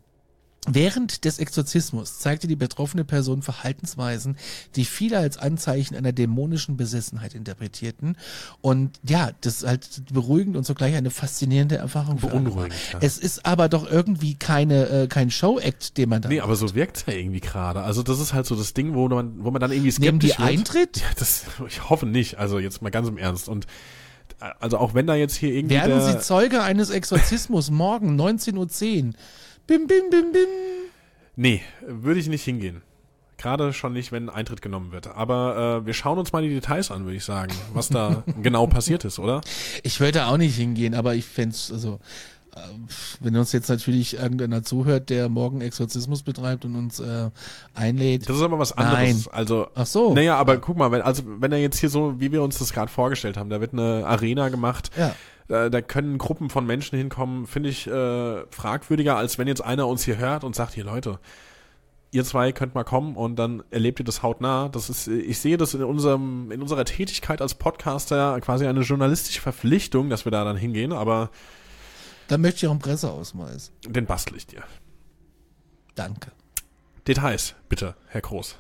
S3: während des Exorzismus zeigte die betroffene Person Verhaltensweisen, die viele als Anzeichen einer dämonischen Besessenheit interpretierten. Und ja, das ist halt beruhigend und zugleich eine faszinierende Erfahrung.
S4: Beunruhigend. Ja.
S3: Es ist aber doch irgendwie kein Show-Act, den man da macht.
S4: Aber so wirkt's ja irgendwie gerade. Also das ist halt so das Ding, wo man dann irgendwie skeptisch
S3: Nehmen die
S4: wird.
S3: Eintritt?
S4: Ja, ich hoffe nicht. Also jetzt mal ganz im Ernst. Und also auch wenn da jetzt hier irgendwie
S3: Werden Sie Zeuge eines Exorzismus morgen 19:10 Uhr? Bim, bim, bim, bim.
S4: Nee, würde ich nicht hingehen. Gerade schon nicht, wenn Eintritt genommen wird. Aber wir schauen uns mal die Details an, würde ich sagen, was da genau passiert ist, oder?
S3: Ich würde auch nicht hingehen, aber ich fände es, also wenn uns jetzt natürlich irgendeiner zuhört, der morgen Exorzismus betreibt und uns einlädt.
S4: Das ist aber was anderes.
S3: Nein.
S4: Also,
S3: ach so.
S4: Naja, aber guck mal, wenn er jetzt hier so, wie wir uns das gerade vorgestellt haben, da wird eine Arena gemacht.
S3: Ja.
S4: Da können Gruppen von Menschen hinkommen, finde ich fragwürdiger, als wenn jetzt einer uns hier hört und sagt, hier Leute, ihr zwei könnt mal kommen und dann erlebt ihr das hautnah. Ich sehe das in unserer Tätigkeit als Podcaster quasi eine journalistische Verpflichtung, dass wir da dann hingehen, aber
S3: dann möchte ich auch einen Presseausweis.
S4: Den bastel ich dir.
S3: Danke.
S4: Details, bitte, Herr Groß.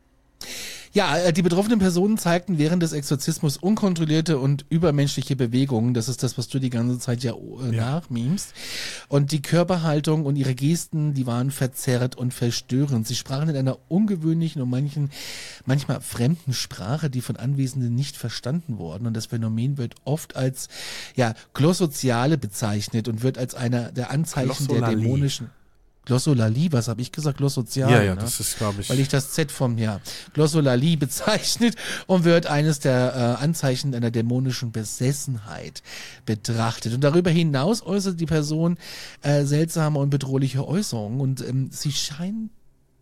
S3: Ja, die betroffenen Personen zeigten während des Exorzismus unkontrollierte und übermenschliche Bewegungen. Das ist das, was du die ganze Zeit nachmimst. Und die Körperhaltung und ihre Gesten, die waren verzerrt und verstörend. Sie sprachen in einer ungewöhnlichen und manchmal fremden Sprache, die von Anwesenden nicht verstanden wurden. Und das Phänomen wird oft als Glossoziale bezeichnet und wird als einer der Anzeichen der dämonischen... Glossolalie, was habe ich gesagt? Glossozial.
S4: Ja, das ist, glaube ich.
S3: Weil ich das Z Glossolalie bezeichnet und wird eines der Anzeichen einer dämonischen Besessenheit betrachtet. Und darüber hinaus äußert die Person seltsame und bedrohliche Äußerungen und sie scheint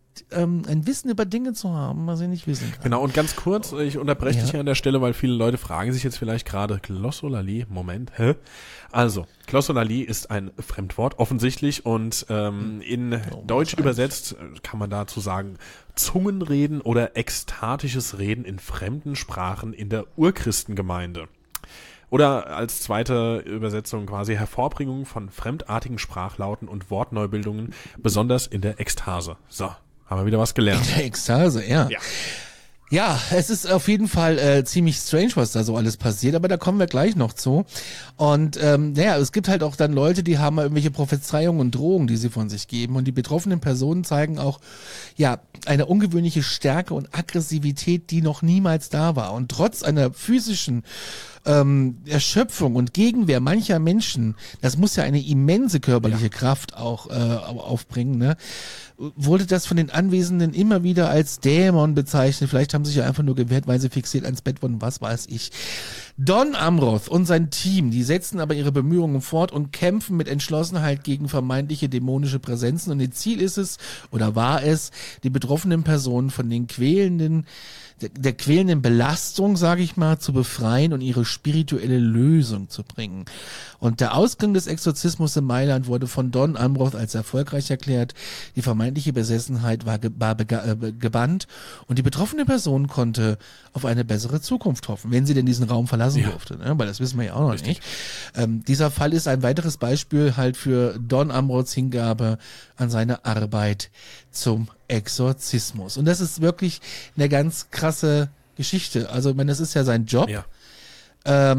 S3: ein Wissen über Dinge zu haben, was ich nicht wissen kann.
S4: Genau, und ganz kurz, ich unterbreche dich hier an der Stelle, weil viele Leute fragen sich jetzt vielleicht gerade, Glossolalie, Moment, Also, Glossolalie ist ein Fremdwort, offensichtlich, und in Deutsch übersetzt kann man dazu sagen, Zungenreden oder ekstatisches Reden in fremden Sprachen in der Urchristengemeinde. Oder als zweite Übersetzung quasi Hervorbringung von fremdartigen Sprachlauten und Wortneubildungen, besonders in der Ekstase. So. Haben wir wieder was gelernt.
S3: In der Ekstase, ja. Ja, es ist auf jeden Fall ziemlich strange, was da so alles passiert, aber da kommen wir gleich noch zu. Und es gibt halt auch dann Leute, die haben irgendwelche Prophezeiungen und Drohungen, die sie von sich geben. Und die betroffenen Personen zeigen auch eine ungewöhnliche Stärke und Aggressivität, die noch niemals da war. Und trotz einer physischen Erschöpfung und Gegenwehr mancher Menschen, das muss ja eine immense körperliche Kraft auch aufbringen, ne? Wurde das von den Anwesenden immer wieder als Dämon bezeichnet. Vielleicht haben sie sich ja einfach nur gewehrt, weil sie fixiert ans Bett wurden, was weiß ich. Don Amroth und sein Team, die setzen aber ihre Bemühungen fort und kämpfen mit Entschlossenheit gegen vermeintliche dämonische Präsenzen. Und ihr Ziel ist es, oder war es, die betroffenen Personen von den der quälenden Belastung, sage ich mal, zu befreien und ihre spirituelle Lösung zu bringen. Und der Ausgang des Exorzismus in Mailand wurde von Don Amroth als erfolgreich erklärt. Die vermeintliche Besessenheit war gebannt und die betroffene Person konnte auf eine bessere Zukunft hoffen, wenn sie denn diesen Raum verlassen durfte, ne? Weil das wissen wir ja auch noch nicht. Dieser Fall ist ein weiteres Beispiel halt für Don Amroths Hingabe an seine Arbeit zum Exorzismus. Und das ist wirklich eine ganz krasse Geschichte. Also, ich meine, das ist ja sein Job. Ja.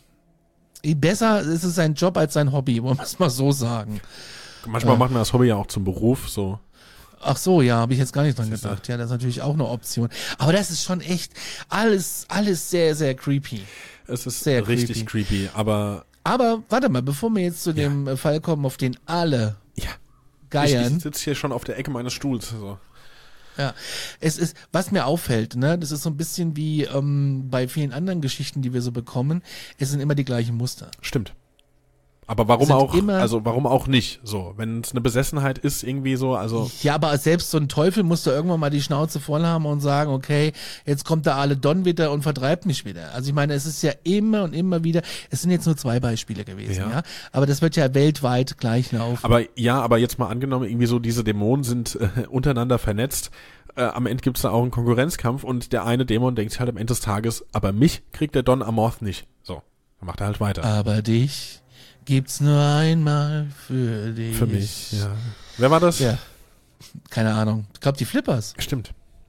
S3: Besser ist es sein Job als sein Hobby, wollen wir es mal so sagen.
S4: Manchmal macht man das Hobby ja auch zum Beruf, so.
S3: Ach so, ja, habe ich jetzt gar nicht dran gedacht. Ja, das ist natürlich auch eine Option. Aber das ist schon echt alles sehr, sehr creepy.
S4: Es ist sehr richtig creepy, aber
S3: warte mal, bevor wir jetzt zu dem Fall kommen, auf den alle geiern.
S4: Ich sitze hier schon auf der Ecke meines Stuhls, so.
S3: Ja, es ist, was mir auffällt, ne, das ist so ein bisschen wie bei vielen anderen Geschichten, die wir so bekommen, es sind immer die gleichen Muster.
S4: Stimmt. Aber warum auch nicht, so, wenn es eine Besessenheit ist, irgendwie so, also.
S3: Ja, aber selbst so ein Teufel muss da irgendwann mal die Schnauze voll haben und sagen, okay, jetzt kommt der Aledon wieder und vertreibt mich wieder. Also ich meine, es ist ja immer und immer wieder, es sind jetzt nur 2 Beispiele gewesen, ja, aber das wird ja weltweit gleich laufen.
S4: Aber jetzt mal angenommen, irgendwie so diese Dämonen sind untereinander vernetzt, am Ende gibt's da auch einen Konkurrenzkampf und der eine Dämon denkt halt am Ende des Tages, aber mich kriegt der Don Amroth nicht. So, dann macht er halt weiter.
S3: Aber dich gibt's nur einmal für dich.
S4: Für mich, ja. Wer war das?
S3: Ja. Keine Ahnung. Ich glaube, die Flippers.
S4: Stimmt.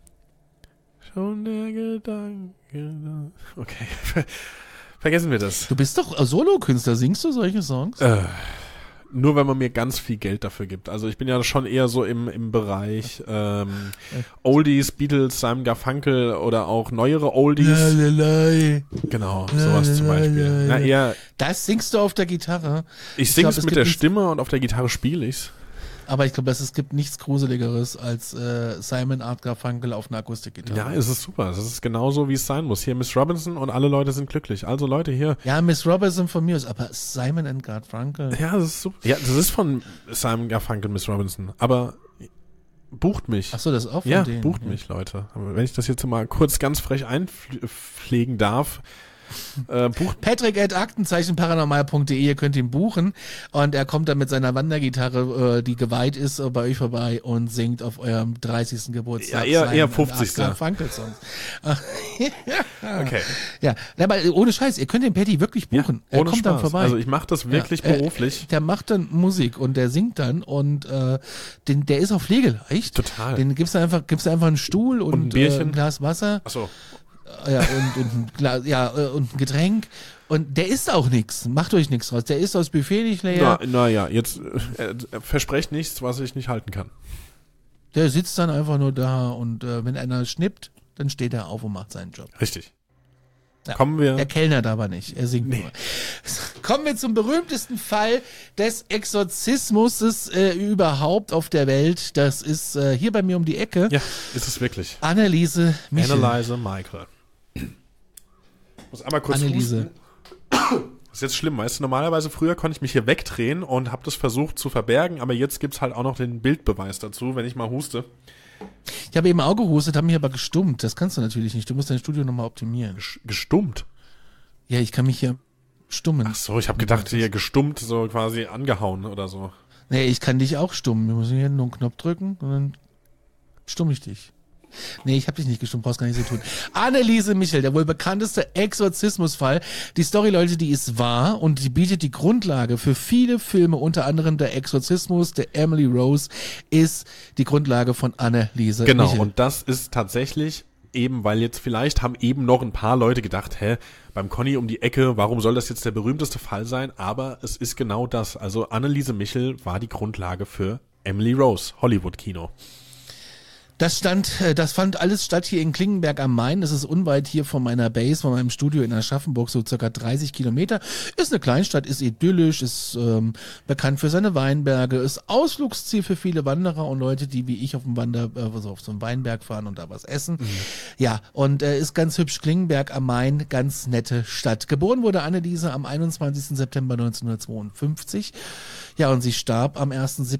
S4: Schon der Gedanke. Okay. Vergessen wir das.
S3: Du bist doch Solokünstler. Singst du solche Songs?
S4: Nur wenn man mir ganz viel Geld dafür gibt. Also ich bin ja schon eher so im Bereich Oldies, Beatles, Simon Garfunkel oder auch neuere Oldies.
S3: Lalalai.
S4: Genau, sowas zum Beispiel. Na, eher,
S3: das singst du auf der Gitarre.
S4: Ich singe es mit der Stimme und auf der Gitarre spiele ich's.
S3: Aber ich glaube, es gibt nichts Gruseligeres als Simon Art Garfunkel auf einer Akustikgitarre.
S4: Ja, es ist super. Es ist genauso, wie es sein muss. Hier Miss Robinson und alle Leute sind glücklich. Also Leute hier.
S3: Ja, Miss Robinson von mir ist, aber Simon and Garfunkel.
S4: Ja, das ist super. Ja, das ist von Simon Garfunkel, Miss Robinson. Aber bucht mich.
S3: Ach so, das ist auch von
S4: denen.
S3: Ja,
S4: bucht mich, Leute. Aber wenn ich das jetzt mal kurz ganz frech einpflegen darf. Bucht
S3: Patrick@aktenzeichenparanormal.de, ihr könnt ihn buchen und er kommt dann mit seiner Wandergitarre, die geweiht ist, bei euch vorbei und singt auf eurem 30. Geburtstag.
S4: Ja, eher 50.
S3: Funkel-Songs.
S4: Okay.
S3: Ja, aber ohne Scheiß, ihr könnt den Patty wirklich buchen.
S4: Ja,
S3: er
S4: ohne
S3: kommt
S4: Spaß.
S3: dann vorbei.
S4: Also ich mache das wirklich beruflich.
S3: Der macht dann Musik und der singt dann und der ist auch pflegeleicht.
S4: Total.
S3: Den gibst du einfach einen Stuhl und
S4: ein Bierchen.
S3: ein Glas Wasser.
S4: Ach so.
S3: Ja, und ein Glas, und ein Getränk. Und der isst auch nichts. Macht euch nichts draus. Der isst aus Buffet nicht leer.
S4: Naja, jetzt versprecht nichts, was ich nicht halten kann.
S3: Der sitzt dann einfach nur da und wenn einer schnippt, dann steht er auf und macht seinen Job.
S4: Richtig.
S3: Ja,
S4: Kommen wir.
S3: Er kellnert aber nicht, er singt nur. Kommen wir zum berühmtesten Fall des Exorzismus überhaupt auf der Welt. Das ist hier bei mir um die Ecke.
S4: Ja, ist es wirklich.
S3: Anneliese Michel.
S4: Anneliese Michael. Ich muss einmal kurz
S3: Anneliese.
S4: husten. Das ist jetzt schlimm, weißt du, normalerweise früher konnte ich mich hier wegdrehen und habe das versucht zu verbergen, aber jetzt gibt's halt auch noch den Bildbeweis dazu, wenn ich mal huste.
S3: Ich habe eben auch gehustet, habe mich aber gestummt. Das kannst du natürlich nicht. Du musst dein Studio nochmal optimieren.
S4: Gestummt?
S3: Ja, ich kann mich hier stummen.
S4: Ach so, ich habe gedacht, hier gestummt, so quasi angehauen oder so.
S3: Nee, ich kann dich auch stummen. Wir müssen hier nur einen Knopf drücken und dann stumm ich dich. Nee, ich habe dich nicht gestummt, brauchst gar nicht so tun. Anneliese Michel, der wohl bekannteste Exorzismusfall. Die Story, Leute, die ist wahr und die bietet die Grundlage für viele Filme, unter anderem der Exorzismus, der Emily Rose, ist die Grundlage von Anneliese
S4: Genau,
S3: Michel.
S4: und das ist tatsächlich eben, weil jetzt vielleicht haben eben noch ein paar Leute gedacht, beim Conny um die Ecke, warum soll das jetzt der berühmteste Fall sein? Aber es ist genau das. Also Anneliese Michel war die Grundlage für Emily Rose, Hollywood-Kino.
S3: Das fand alles statt hier in Klingenberg am Main. Das ist unweit hier von meiner Base, von meinem Studio in Aschaffenburg, so circa 30 Kilometer. Ist eine Kleinstadt, ist idyllisch, ist bekannt für seine Weinberge, ist Ausflugsziel für viele Wanderer und Leute, die wie ich auf dem auf so einen Weinberg fahren und da was essen. Mhm. Ja, und ist ganz hübsch. Klingenberg am Main, ganz nette Stadt. Geboren wurde Anneliese am 21. September 1952. Ja, und sie starb am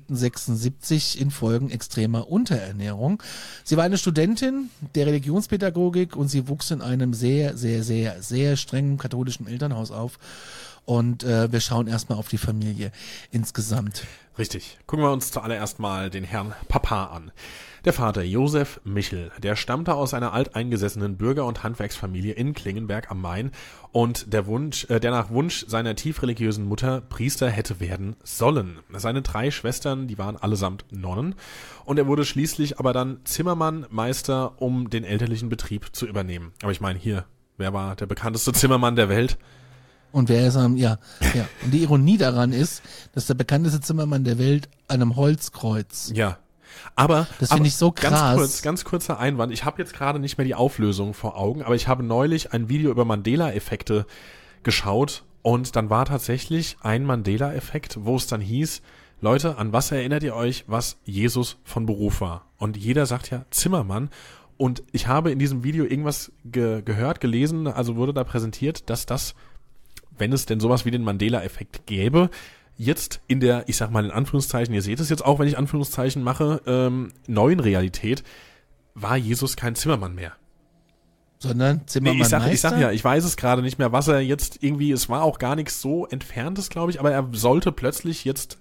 S3: 1.7.76 infolgen extremer Unterernährung. Sie war eine Studentin der Religionspädagogik und sie wuchs in einem sehr, sehr, sehr, sehr strengen katholischen Elternhaus auf. Und wir schauen erstmal auf die Familie insgesamt.
S4: Richtig. Gucken wir uns zuallererst mal den Herrn Papa an. Der Vater Josef Michel, der stammte aus einer alteingesessenen Bürger- und Handwerksfamilie in Klingenberg am Main und der nach Wunsch seiner tief religiösen Mutter Priester hätte werden sollen. Seine 3 Schwestern, die waren allesamt Nonnen und er wurde schließlich aber dann Zimmermann, Meister, um den elterlichen Betrieb zu übernehmen. Aber ich meine hier, wer war der bekannteste Zimmermann der Welt?
S3: Und wer ist ja. Und die Ironie daran ist, dass der bekannteste Zimmermann der Welt an einem Holzkreuz.
S4: Ja. Aber
S3: das finde ich so krass.
S4: Ganz kurzer Einwand. Ich habe jetzt gerade nicht mehr die Auflösung vor Augen, aber ich habe neulich ein Video über Mandela-Effekte geschaut und dann war tatsächlich ein Mandela-Effekt, wo es dann hieß, Leute, an was erinnert ihr euch, was Jesus von Beruf war? Und jeder sagt ja Zimmermann. Und ich habe in diesem Video irgendwas gehört, gelesen, also wurde da präsentiert, dass das, wenn es denn sowas wie den Mandela-Effekt gäbe, jetzt in der, ich sag mal in Anführungszeichen, ihr seht es jetzt auch, wenn ich Anführungszeichen mache, neuen Realität, war Jesus kein Zimmermann mehr.
S3: Sondern Zimmermann Meister?
S4: Ich sag ja, ich weiß es gerade nicht mehr, was er jetzt irgendwie, es war auch gar nichts so Entferntes, glaube ich, aber er sollte plötzlich jetzt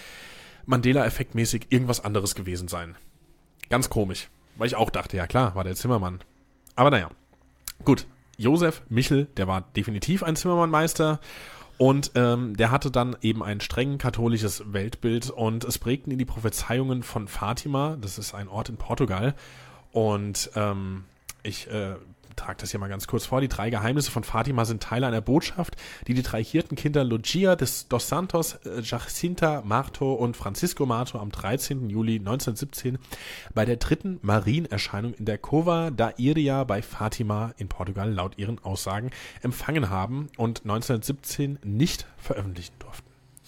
S4: Mandela-Effekt-mäßig irgendwas anderes gewesen sein. Ganz komisch, weil ich auch dachte, ja klar, war der Zimmermann. Aber naja, gut, Josef Michel, der war definitiv ein Zimmermannmeister. Und der hatte dann eben ein streng katholisches Weltbild und es prägten ihn die Prophezeiungen von Fatima, das ist ein Ort in Portugal. Und ich trage das hier mal ganz kurz vor. Die 3 Geheimnisse von Fatima sind Teile einer Botschaft, die die 3 Hirtenkinder Lucia dos Santos, Jacinta Marto und Francisco Marto am 13. Juli 1917 bei der 3. Marienerscheinung in der Cova da Iria bei Fatima in Portugal laut ihren Aussagen empfangen haben und 1917 nicht veröffentlichen durften.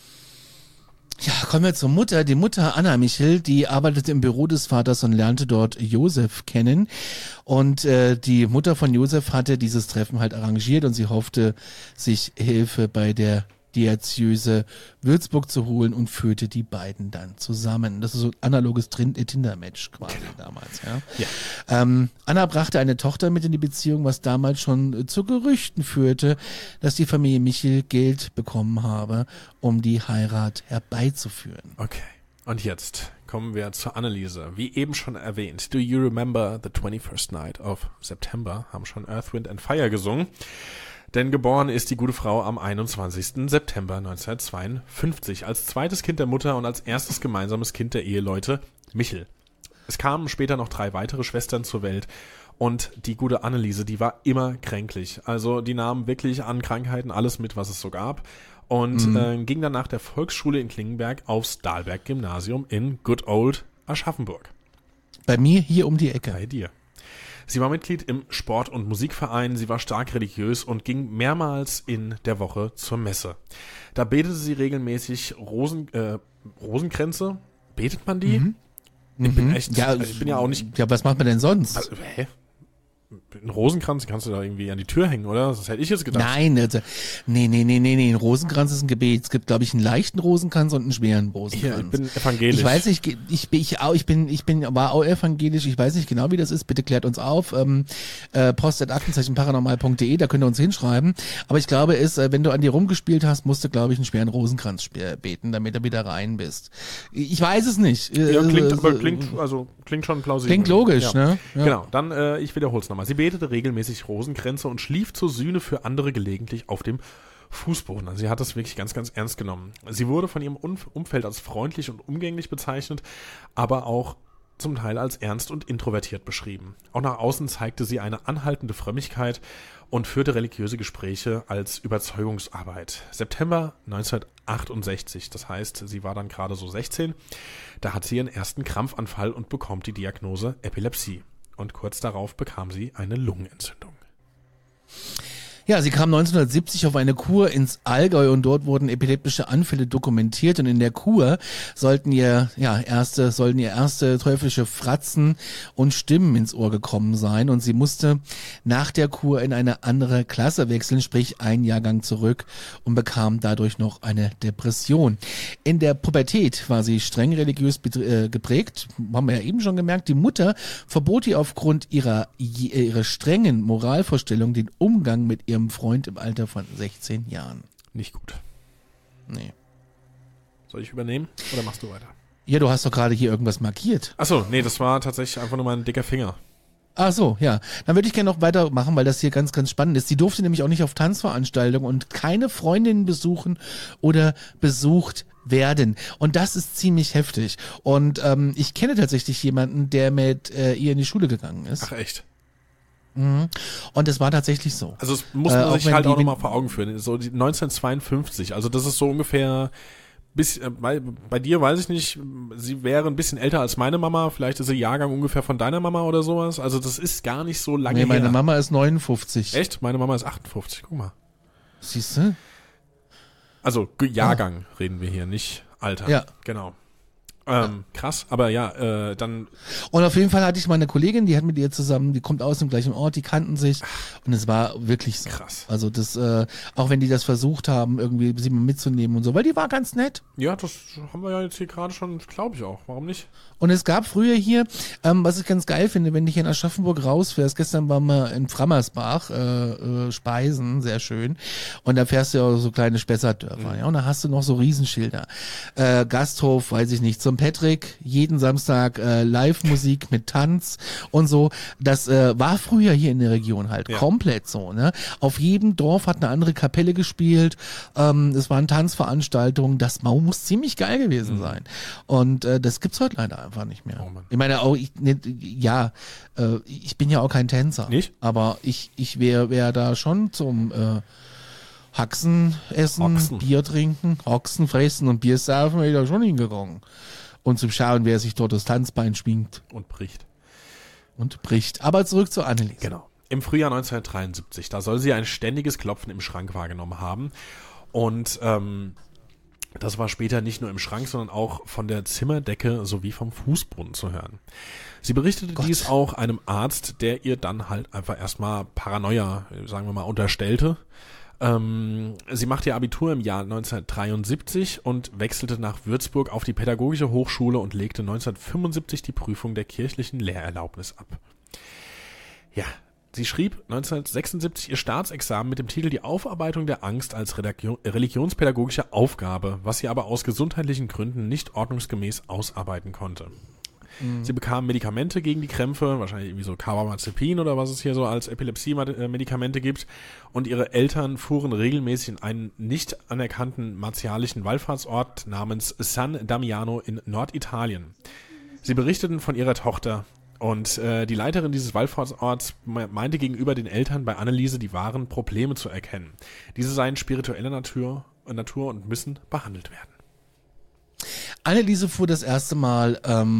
S3: Ja, kommen wir zur Mutter. Die Mutter Anna Michel, die arbeitete im Büro des Vaters und lernte dort Josef kennen. Und die Mutter von Josef hatte dieses Treffen halt arrangiert und sie hoffte sich Hilfe bei der Diözese Würzburg zu holen und führte die beiden dann zusammen. Das ist so ein analoges Tinder-Match quasi damals. Ja. Anna brachte eine Tochter mit in die Beziehung, was damals schon zu Gerüchten führte, dass die Familie Michel Geld bekommen habe, um die Heirat herbeizuführen.
S4: Okay. Und jetzt kommen wir zur Anneliese. Wie eben schon erwähnt, Do You Remember the 21st Night of September? Haben schon Earth, Wind and Fire gesungen. Denn geboren ist die gute Frau am 21. September 1952 als zweites Kind der Mutter und als erstes gemeinsames Kind der Eheleute Michel. Es kamen später noch 3 weitere Schwestern zur Welt und die gute Anneliese, die war immer kränklich. Also die nahm wirklich an Krankheiten alles mit, was es so gab. Und ging dann nach der Volksschule in Klingenberg aufs Dahlberg-Gymnasium in Good Old Aschaffenburg.
S3: Bei mir hier um die Ecke.
S4: Bei dir. Sie war Mitglied im Sport- und Musikverein, sie war stark religiös und ging mehrmals in der Woche zur Messe. Da betete sie regelmäßig Rosenkränze. Betet man die? Ich bin echt, ich bin ja auch nicht...
S3: Ja, was macht man denn sonst?
S4: Also, Ein Rosenkranz kannst du da irgendwie an die Tür hängen, oder? Das hätte ich jetzt gedacht.
S3: Nein, nee. Ein Rosenkranz ist ein Gebet. Es gibt, glaube ich, einen leichten Rosenkranz und einen schweren Rosenkranz.
S4: Ich bin evangelisch.
S3: Ich weiß nicht, war auch evangelisch. Ich weiß nicht genau, wie das ist. Bitte klärt uns auf. post@aktenzeichen-paranormal.de, da könnt ihr uns hinschreiben. Aber ich glaube, wenn du an dir rumgespielt hast, musst du, glaube ich, einen schweren Rosenkranz beten, damit du wieder rein bist. Ich weiß es nicht.
S4: Ja, klingt schon plausibel.
S3: Klingt logisch, ne? Ja.
S4: Genau, dann ich wiederhole es nochmal. Sie betete regelmäßig Rosenkränze und schlief zur Sühne für andere gelegentlich auf dem Fußboden. Also sie hat das wirklich ganz, ganz ernst genommen. Sie wurde von ihrem Umfeld als freundlich und umgänglich bezeichnet, aber auch zum Teil als ernst und introvertiert beschrieben. Auch nach außen zeigte sie eine anhaltende Frömmigkeit und führte religiöse Gespräche als Überzeugungsarbeit. September 1968, das heißt, sie war dann gerade so 16, da hat sie ihren ersten Krampfanfall und bekommt die Diagnose Epilepsie. Und kurz darauf bekam sie eine Lungenentzündung.
S3: Ja, sie kam 1970 auf eine Kur ins Allgäu und dort wurden epileptische Anfälle dokumentiert und in der Kur sollten ihr erste teuflische Fratzen und Stimmen ins Ohr gekommen sein und sie musste nach der Kur in eine andere Klasse wechseln, sprich einen Jahrgang zurück und bekam dadurch noch eine Depression. In der Pubertät war sie streng religiös geprägt, haben wir ja eben schon gemerkt. Die Mutter verbot ihr aufgrund ihrer strengen Moralvorstellung den Umgang mit ihrem Freund im Alter von 16 Jahren.
S4: Nicht gut.
S3: Nee.
S4: Soll ich übernehmen oder machst du weiter?
S3: Ja, du hast doch gerade hier irgendwas markiert.
S4: Achso, nee, das war tatsächlich einfach nur mein dicker Finger.
S3: Ach so, ja. Dann würde ich gerne noch weitermachen, weil das hier ganz, ganz spannend ist. Sie durfte nämlich auch nicht auf Tanzveranstaltungen und keine Freundinnen besuchen oder besucht werden. Und das ist ziemlich heftig. Und ich kenne tatsächlich jemanden, der mit ihr in die Schule gegangen ist.
S4: Ach echt?
S3: Und es war tatsächlich so.
S4: Also es muss man sich halt auch nochmal vor Augen führen. So die 1952, also das ist so ungefähr, bei dir weiß ich nicht, sie wäre ein bisschen älter als meine Mama, vielleicht ist sie Jahrgang ungefähr von deiner Mama oder sowas. Also das ist gar nicht so lange her.
S3: Meine Mama ist 59.
S4: Echt? Meine Mama ist 58, guck mal.
S3: Siehst du?
S4: Also Jahrgang reden wir hier, nicht Alter.
S3: Ja.
S4: Genau. Krass, aber ja, dann...
S3: Und auf jeden Fall hatte ich meine Kollegin, die hat mit ihr zusammen, die kommt aus dem gleichen Ort, die kannten sich und es war wirklich so.
S4: Krass.
S3: Also das, auch wenn die das versucht haben, irgendwie sie mal mitzunehmen und so, weil die war ganz nett.
S4: Ja, das haben wir ja jetzt hier gerade schon, glaube ich auch. Warum nicht?
S3: Und es gab früher hier, was ich ganz geil finde, wenn du hier in Aschaffenburg rausfährst, gestern waren wir in Frammersbach, Speisen, sehr schön, und da fährst du ja auch so kleine Spessartdörfer, ja, und da hast du noch so Riesenschilder. Gasthof, weiß ich nicht, zum Patrick, jeden Samstag Live-Musik mit Tanz und so. Das war früher hier in der Region halt komplett so, ne? Auf jedem Dorf hat eine andere Kapelle gespielt, es waren Tanzveranstaltungen, das muss ziemlich geil gewesen sein. Und das gibt's heute leider einfach nicht mehr.
S4: Oh
S3: ich meine, auch ich bin ja auch kein Tänzer.
S4: Nicht?
S3: Aber ich wär da schon zum Haxen essen, Bier trinken, Haxen fressen und Bier saufen, wäre ich da schon hingegangen. Und zum Schauen, wer sich dort das Tanzbein schwingt.
S4: Und bricht.
S3: Aber zurück zu Anneliese.
S4: Genau. Im Frühjahr 1973, da soll sie ein ständiges Klopfen im Schrank wahrgenommen haben. Und das war später nicht nur im Schrank, sondern auch von der Zimmerdecke sowie vom Fußboden zu hören. Sie berichtete dies auch einem Arzt, der ihr dann halt einfach erstmal Paranoia, sagen wir mal, unterstellte. Sie machte ihr Abitur im Jahr 1973 und wechselte nach Würzburg auf die Pädagogische Hochschule und legte 1975 die Prüfung der kirchlichen Lehrerlaubnis ab. Ja, sie schrieb 1976 ihr Staatsexamen mit dem Titel Die Aufarbeitung der Angst als religionspädagogische Aufgabe, was sie aber aus gesundheitlichen Gründen nicht ordnungsgemäß ausarbeiten konnte. Sie bekam Medikamente gegen die Krämpfe, wahrscheinlich irgendwie so Carbamazepin oder was es hier so als Epilepsie-Medikamente gibt. Und ihre Eltern fuhren regelmäßig in einen nicht anerkannten martialischen Wallfahrtsort namens San Damiano in Norditalien. Sie berichteten von ihrer Tochter und die Leiterin dieses Wallfahrtsorts meinte gegenüber den Eltern bei Anneliese die wahren Probleme zu erkennen. Diese seien spiritueller Natur und müssen behandelt werden.
S3: Anneliese fuhr das erste Mal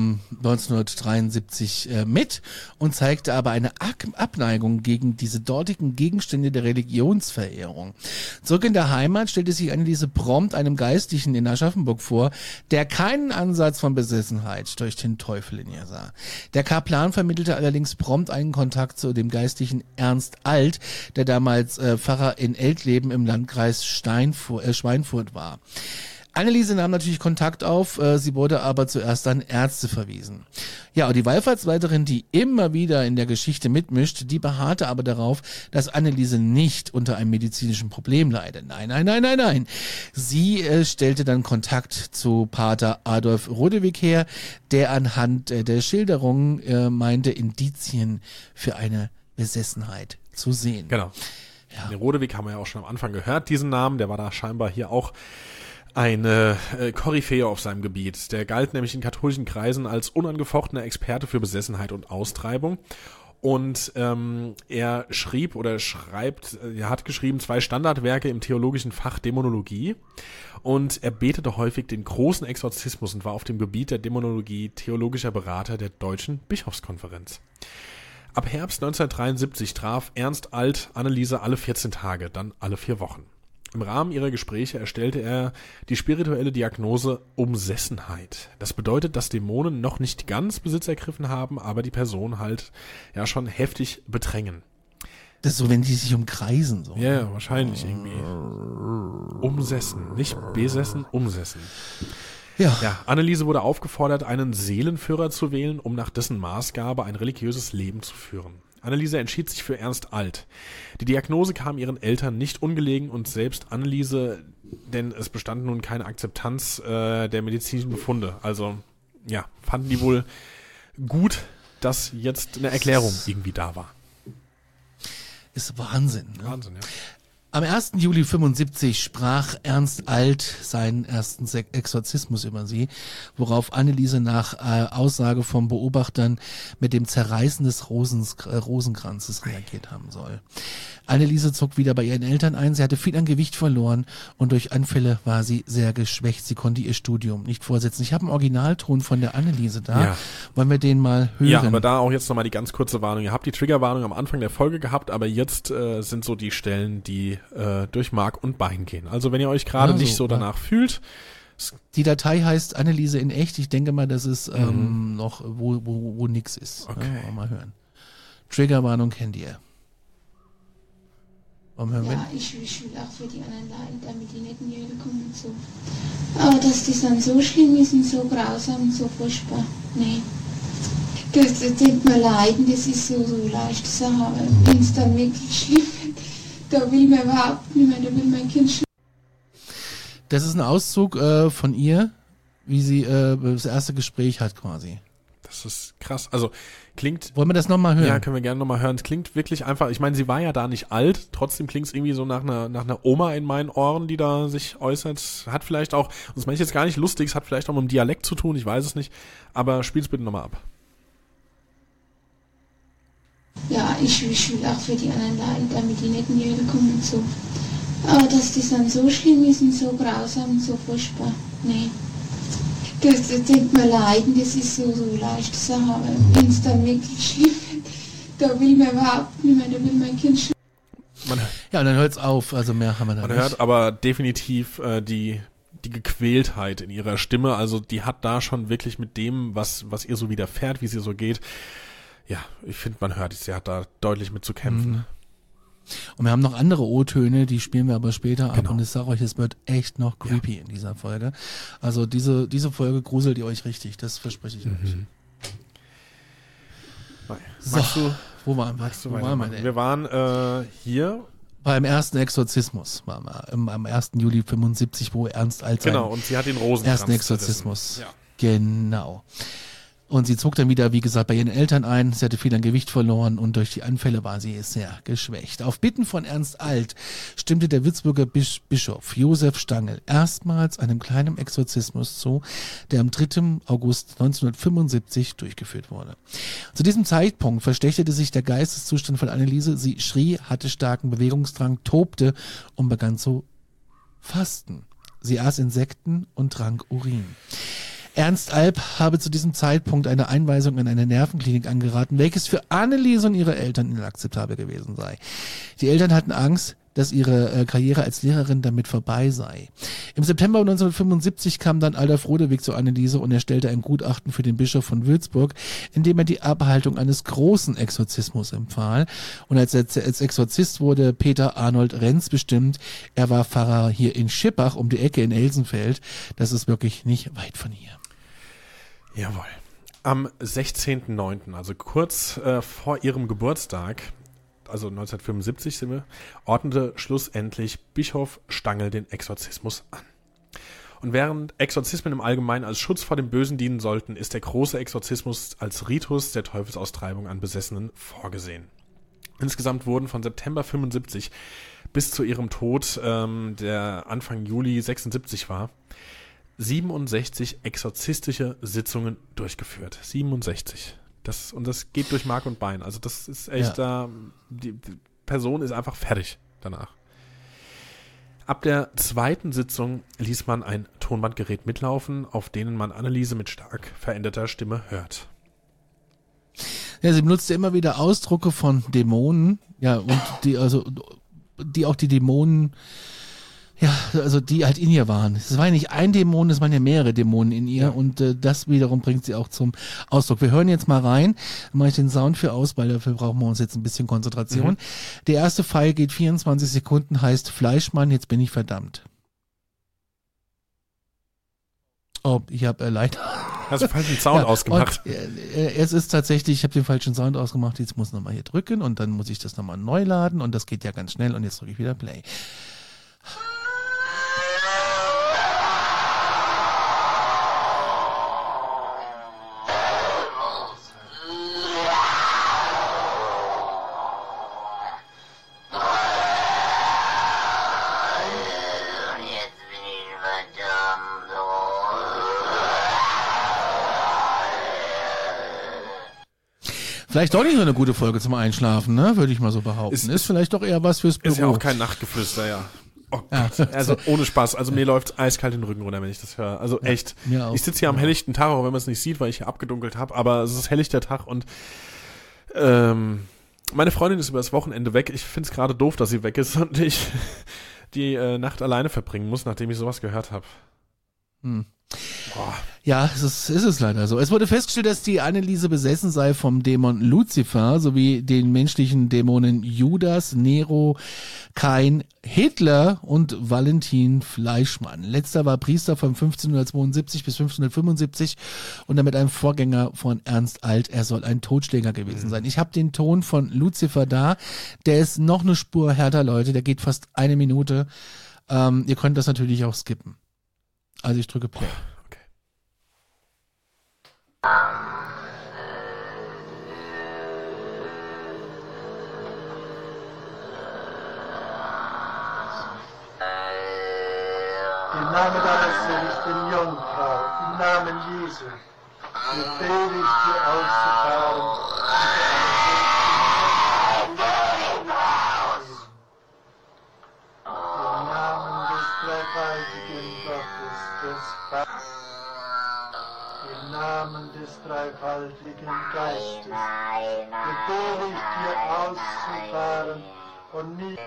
S3: 1973 mit und zeigte aber eine Abneigung gegen diese dortigen Gegenstände der Religionsverehrung. Zurück in der Heimat stellte sich Anneliese prompt einem Geistlichen in Aschaffenburg vor, der keinen Ansatz von Besessenheit durch den Teufel in ihr sah. Der Kaplan vermittelte allerdings prompt einen Kontakt zu dem Geistlichen Ernst Alt, der damals Pfarrer in Eltleben im Landkreis Schweinfurt war. Anneliese nahm natürlich Kontakt auf, sie wurde aber zuerst an Ärzte verwiesen. Ja, und die Wallfahrtsleiterin, die immer wieder in der Geschichte mitmischt, die beharrte aber darauf, dass Anneliese nicht unter einem medizinischen Problem leide. Nein. Sie stellte dann Kontakt zu Pater Adolf Rodewig her, der anhand der Schilderungen meinte, Indizien für eine Besessenheit zu sehen.
S4: Genau. Ja. Den Rodewig haben wir ja auch schon am Anfang gehört, diesen Namen, der war da scheinbar hier auch eine Koryphäe auf seinem Gebiet. Der galt nämlich in katholischen Kreisen als unangefochtener Experte für Besessenheit und Austreibung. Und er hat geschrieben 2 Standardwerke im theologischen Fach Dämonologie. Und er betete häufig den großen Exorzismus und war auf dem Gebiet der Dämonologie theologischer Berater der Deutschen Bischofskonferenz. Ab Herbst 1973 traf Ernst Alt Anneliese alle 14 Tage, dann alle 4 Wochen. Im Rahmen ihrer Gespräche erstellte er die spirituelle Diagnose Umsessenheit. Das bedeutet, dass Dämonen noch nicht ganz Besitz ergriffen haben, aber die Person halt ja schon heftig bedrängen.
S3: Das ist so, wenn die sich umkreisen. So.
S4: Ja, wahrscheinlich irgendwie. Umsessen, nicht besessen, umsessen. Ja, Anneliese wurde aufgefordert, einen Seelenführer zu wählen, um nach dessen Maßgabe ein religiöses Leben zu führen. Anneliese entschied sich für Ernst Alt. Die Diagnose kam ihren Eltern nicht ungelegen und selbst Anneliese, denn es bestand nun keine Akzeptanz der medizinischen Befunde. Also, ja, fanden die wohl gut, dass jetzt eine Erklärung irgendwie da war.
S3: Ist Wahnsinn. Ne?
S4: Wahnsinn, ja.
S3: Am 1. Juli 1975 sprach Ernst Alt seinen ersten Exorzismus über sie, worauf Anneliese nach Aussage von Beobachtern mit dem Zerreißen des Rosenkranzes reagiert haben soll. Anneliese zog wieder bei ihren Eltern ein, sie hatte viel an Gewicht verloren und durch Anfälle war sie sehr geschwächt. Sie konnte ihr Studium nicht fortsetzen. Ich habe einen Originalton von der Anneliese da. Ja. Wollen wir den mal hören?
S4: Ja, aber da auch jetzt nochmal die ganz kurze Warnung. Ihr habt die Triggerwarnung am Anfang der Folge gehabt, aber jetzt sind so die Stellen, die durch Mark und Bein gehen. Also wenn ihr euch gerade nicht so danach fühlt.
S3: Die Datei heißt Anneliese in echt. Ich denke mal, das ist noch, wo nix ist.
S4: Okay.
S3: Ja, mal hören. Triggerwarnung kennt ihr.
S5: Ja, ich will auch für die anderen leiden, damit die nicht in die Hölle kommen und so. Aber dass das dann so schlimm ist und so grausam und so furchtbar, nee. Das denkt man leiden, das ist so leicht zu sagen, aber wenn es dann wirklich schlimm wird, da will man überhaupt nicht mehr, da will mein Kind schon.
S3: Das ist ein Auszug von ihr, wie sie das erste Gespräch hat quasi.
S4: Das ist krass. Also klingt...
S3: Wollen wir das nochmal hören?
S4: Ja, können wir gerne nochmal hören. Es klingt wirklich einfach, ich meine, sie war ja da nicht alt, trotzdem klingt es irgendwie so nach einer Oma in meinen Ohren, die da sich äußert. Hat vielleicht auch, und das meine ich jetzt gar nicht lustig, es hat vielleicht auch mit dem Dialekt zu tun, ich weiß es nicht, aber spiel's bitte nochmal ab.
S5: Ja, ich will auch für die anderen leiden, damit die nicht in die Hölle kommen und so. Aber dass das dann so schlimm ist und so grausam und so furchtbar, nee. Das denkt man leiden, das ist so leicht zu sagen, aber wenn es dann wirklich schlimm wird, da will man überhaupt nicht mehr, da will mein Kind schon.
S3: Ja, und dann hört's auf, also mehr haben wir da nicht.
S4: Man hört aber definitiv die Gequältheit in ihrer Stimme, also die hat da schon wirklich mit dem, was ihr so widerfährt, wie sie so geht, ja, ich finde, man hört, sie hat da deutlich mit zu kämpfen.
S3: Und wir haben noch andere O-Töne, die spielen wir aber später ab.
S4: Genau.
S3: Und ich sage euch, es wird echt noch creepy in dieser Folge. Also diese Folge gruselt ihr euch richtig, das verspreche ich euch.
S4: So.
S3: Wo waren wir?
S4: Magst du
S3: Wo waren wir
S4: weitermachen?
S3: denn?
S4: Wir waren hier.
S3: Beim ersten Exorzismus waren wir, am 1. Juli 75, wo Ernst Alt seinen
S4: Genau, und sie hat den Rosenkranz.
S3: ersten Exorzismus.
S4: Ja.
S3: Genau. Und sie zog dann wieder, wie gesagt, bei ihren Eltern ein. Sie hatte viel an Gewicht verloren und durch die Anfälle war sie sehr geschwächt. Auf Bitten von Ernst Alt stimmte der Würzburger Bischof Josef Stangl erstmals einem kleinen Exorzismus zu, der am 3. August 1975 durchgeführt wurde. Zu diesem Zeitpunkt verschlechterte sich der Geisteszustand von Anneliese. Sie schrie, hatte starken Bewegungsdrang, tobte und begann zu fasten. Sie aß Insekten und trank Urin. Ernst Alp habe zu diesem Zeitpunkt eine Einweisung in eine Nervenklinik angeraten, welches für Anneliese und ihre Eltern inakzeptabel gewesen sei. Die Eltern hatten Angst, dass ihre Karriere als Lehrerin damit vorbei sei. Im September 1975 kam dann Adolf Rodewig zu Anneliese und erstellte ein Gutachten für den Bischof von Würzburg, in dem er die Abhaltung eines großen Exorzismus empfahl. Und als Exorzist wurde Peter Arnold Renz bestimmt. Er war Pfarrer hier in Schippach um die Ecke in Elsenfeld. Das ist wirklich nicht weit von hier.
S4: Jawohl. Am 16.09., also kurz vor ihrem Geburtstag, also 1975 sind wir, ordnete schlussendlich Bischof Stangl den Exorzismus an. Und während Exorzismen im Allgemeinen als Schutz vor dem Bösen dienen sollten, ist der große Exorzismus als Ritus der Teufelsaustreibung an Besessenen vorgesehen. Insgesamt wurden von September 75 bis zu ihrem Tod, der Anfang Juli 76 war, 67 exorzistische Sitzungen durchgeführt. 67. Das geht durch Mark und Bein. Also das ist echt, die Person ist einfach fertig danach. Ab der zweiten Sitzung ließ man ein Tonbandgerät mitlaufen, auf denen man Anneliese mit stark veränderter Stimme hört.
S3: Ja, sie benutzte immer wieder Ausdrucke von Dämonen, ja, und die auch die Dämonen, ja, also die halt in ihr waren. Es war ja nicht ein Dämon, es waren ja mehrere Dämonen in ihr und das wiederum bringt sie auch zum Ausdruck. Wir hören jetzt mal rein, dann mache ich den Sound für aus, weil dafür brauchen wir uns jetzt ein bisschen Konzentration. Der erste Pfeil geht 24 Sekunden, heißt Fleischmann, jetzt bin ich verdammt. Oh, ich habe leider...
S4: Hast du falschen Sound ausgemacht?
S3: Und, es ist tatsächlich, ich habe den falschen Sound ausgemacht, jetzt muss ich nochmal hier drücken und dann muss ich das nochmal neu laden und das geht ja ganz schnell und jetzt drücke ich wieder Play. Vielleicht doch nicht so eine gute Folge zum Einschlafen, ne? Würde ich mal so behaupten. Ist vielleicht doch eher was fürs Büro.
S4: Ist ja auch kein Nachtgeflüster, ja. Oh Gott. Also ohne Spaß. Also mir läuft eiskalt den Rücken runter, wenn ich das höre. Also echt.
S3: Mir auch.
S4: Ich sitze hier am helllichten Tag, auch wenn man es nicht sieht, weil ich hier abgedunkelt habe. Aber es ist helllichter Tag und meine Freundin ist über das Wochenende weg. Ich finde es gerade doof, dass sie weg ist und ich die Nacht alleine verbringen muss, nachdem ich sowas gehört habe.
S3: Ja, ist es leider so. Es wurde festgestellt, dass die Anneliese besessen sei vom Dämon Luzifer sowie den menschlichen Dämonen Judas, Nero, Kain, Hitler und Valentin Fleischmann. Letzter war Priester von 1572 bis 1575 und damit ein Vorgänger von Ernst Alt. Er soll ein Totschläger gewesen sein. Ich habe den Ton von Luzifer da. Der ist noch eine Spur härter, Leute. Der geht fast 1 Minute. Ihr könnt das natürlich auch skippen. Also ich drücke Play.
S4: Okay.
S6: Im Namen deines seligen Jungfrau, im Namen Jesu, befehle ich dir auszufahren. Im Namen des dreifaltigen Gottes, des Vaters, im Namen des dreifaltigen Geistes, befehle ich dir auszufahren und nicht.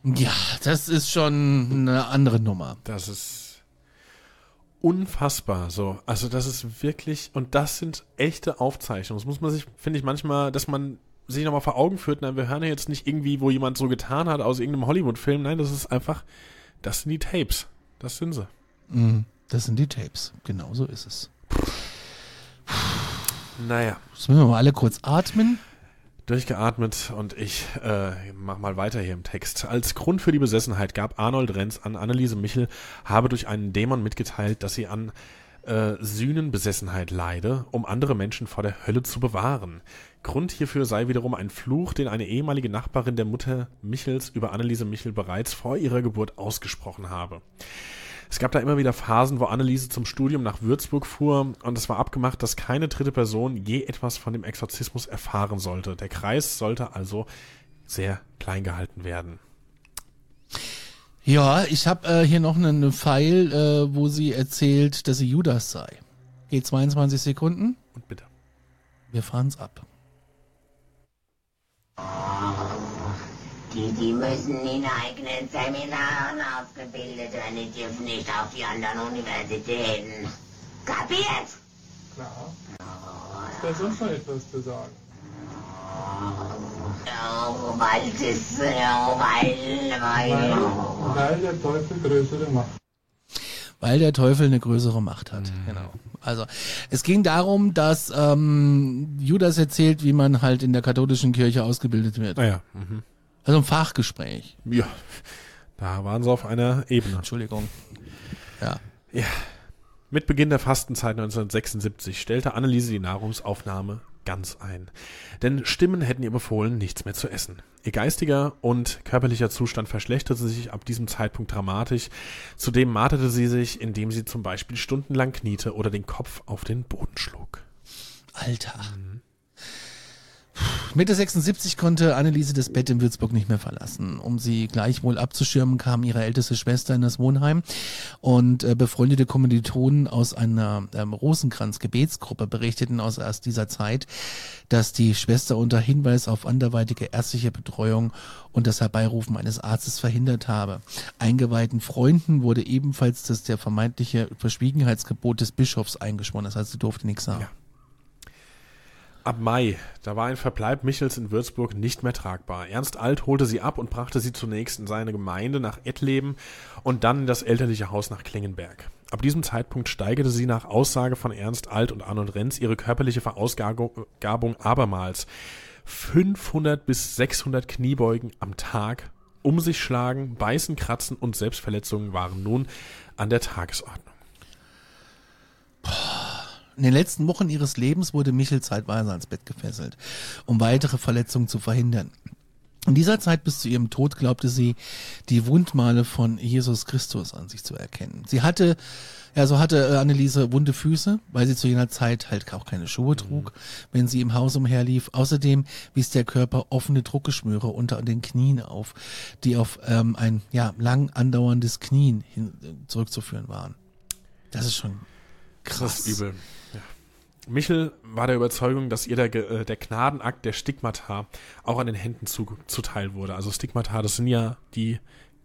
S3: Ja, das ist schon eine andere Nummer.
S4: Das ist unfassbar so. Also das ist wirklich, und das sind echte Aufzeichnungen. Das muss man sich, finde ich, manchmal, dass man sich nochmal vor Augen führt. Nein, wir hören ja jetzt nicht irgendwie, wo jemand so getan hat aus irgendeinem Hollywood-Film. Nein, das ist einfach, das sind die Tapes. Das sind sie.
S3: Das sind die Tapes. Genau so ist es.
S4: Naja.
S3: Jetzt müssen wir mal alle kurz atmen.
S4: Durchgeatmet und ich mach mal weiter hier im Text. Als Grund für die Besessenheit gab Arnold Renz an, Anneliese Michel habe durch einen Dämon mitgeteilt, dass sie an Sühnenbesessenheit leide, um andere Menschen vor der Hölle zu bewahren. Grund hierfür sei wiederum ein Fluch, den eine ehemalige Nachbarin der Mutter Michels über Anneliese Michel bereits vor ihrer Geburt ausgesprochen habe. Es gab da immer wieder Phasen, wo Anneliese zum Studium nach Würzburg fuhr und es war abgemacht, dass keine dritte Person je etwas von dem Exorzismus erfahren sollte. Der Kreis sollte also sehr klein gehalten werden.
S3: Ja, ich habe hier noch einen Pfeil, wo sie erzählt, dass sie Judas sei. Geht 22 Sekunden.
S4: Und bitte.
S3: Wir fahren's ab.
S7: Die müssen in eigenen Seminaren ausgebildet werden, die dürfen nicht auf die anderen Universitäten. Kapiert?
S6: Klar. Ist da sonst noch etwas zu sagen?
S7: Oh, weil das,
S6: Weil der Teufel größere Macht.
S3: Weil der Teufel eine größere Macht hat, genau. Also es ging darum, dass Judas erzählt, wie man halt in der katholischen Kirche ausgebildet wird.
S4: Naja.
S3: Also ein Fachgespräch.
S4: Ja, da waren sie auf einer Ebene.
S3: Entschuldigung. Ja.
S4: Ja. Mit Beginn der Fastenzeit 1976 stellte Anneliese die Nahrungsaufnahme ganz ein. Denn Stimmen hätten ihr befohlen, nichts mehr zu essen. Ihr geistiger und körperlicher Zustand verschlechterte sich ab diesem Zeitpunkt dramatisch. Zudem marterte sie sich, indem sie zum Beispiel stundenlang kniete oder den Kopf auf den Boden schlug.
S3: Alter. Mitte 76 konnte Anneliese das Bett in Würzburg nicht mehr verlassen. Um sie gleichwohl abzuschirmen, kam ihre älteste Schwester in das Wohnheim und befreundete Kommilitonen aus einer Rosenkranz-Gebetsgruppe berichteten aus erst dieser Zeit, dass die Schwester unter Hinweis auf anderweitige ärztliche Betreuung und das Herbeirufen eines Arztes verhindert habe. Eingeweihten Freunden wurde ebenfalls der vermeintliche Verschwiegenheitsgebot des Bischofs eingeschworen, das heißt, sie durfte nichts sagen.
S4: Ja. Ab Mai, da war ein Verbleib Michels in Würzburg nicht mehr tragbar. Ernst Alt holte sie ab und brachte sie zunächst in seine Gemeinde nach Ettleben und dann in das elterliche Haus nach Klingenberg. Ab diesem Zeitpunkt steigerte sie nach Aussage von Ernst Alt und Arnold Renz ihre körperliche Verausgabung abermals. 500 bis 600 Kniebeugen am Tag, um sich schlagen, beißen, kratzen und Selbstverletzungen waren nun an der Tagesordnung.
S3: In den letzten Wochen ihres Lebens wurde Michel zeitweise ans Bett gefesselt, um weitere Verletzungen zu verhindern. In dieser Zeit bis zu ihrem Tod glaubte sie, die Wundmale von Jesus Christus an sich zu erkennen. Sie hatte Anneliese wunde Füße, weil sie zu jener Zeit halt auch keine Schuhe trug, wenn sie im Haus umherlief. Außerdem wies der Körper offene Druckgeschwüre unter den Knien auf, die auf ein lang andauerndes Knien zurückzuführen waren. Das ist schon krass.
S4: Das ist übel. Ja. Michel war der Überzeugung, dass ihr der Gnadenakt der Stigmata auch an den Händen zuteil wurde. Also Stigmata, das sind ja die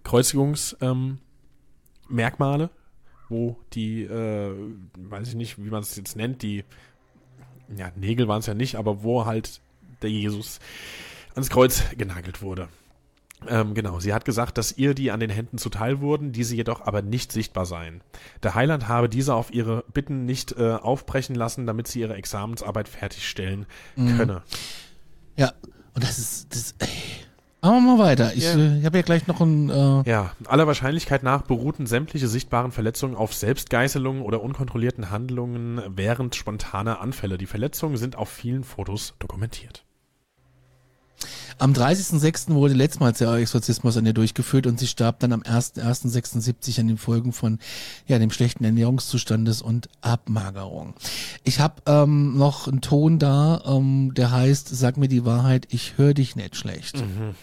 S4: Kreuzigungsmerkmale, wo die, weiß ich nicht, wie man es jetzt nennt, die Nägel waren es ja nicht, aber wo halt der Jesus ans Kreuz genagelt wurde. Genau, sie hat gesagt, dass ihr die an den Händen zuteil wurden, diese jedoch aber nicht sichtbar seien. Der Heiland habe diese auf ihre Bitten nicht aufbrechen lassen, damit sie ihre Examensarbeit fertigstellen könne.
S3: Ja, und das ist machen wir mal weiter. Ich habe ja gleich noch ein...
S4: Ja, aller Wahrscheinlichkeit nach beruhten sämtliche sichtbaren Verletzungen auf Selbstgeißelungen oder unkontrollierten Handlungen während spontaner Anfälle. Die Verletzungen sind auf vielen Fotos dokumentiert.
S3: Am 30.06. wurde letztmals der Exorzismus an ihr durchgeführt und sie starb dann am 1.1.76 an den Folgen von dem schlechten Ernährungszustandes und Abmagerung. Ich habe noch einen Ton da, der heißt, sag mir die Wahrheit, ich höre dich nicht schlecht.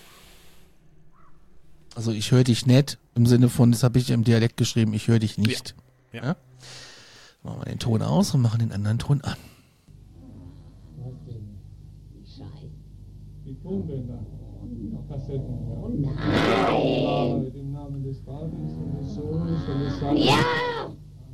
S3: Also ich höre dich nicht, im Sinne von, das habe ich im Dialekt geschrieben, ich höre dich nicht. Ja? Machen wir den Ton aus und machen den anderen Ton an.
S6: Die Tonbänder. Kassetten, ja.
S7: Nein!
S6: Im Namen des Vaters und des Sohnes und des Heiligen
S7: Ja!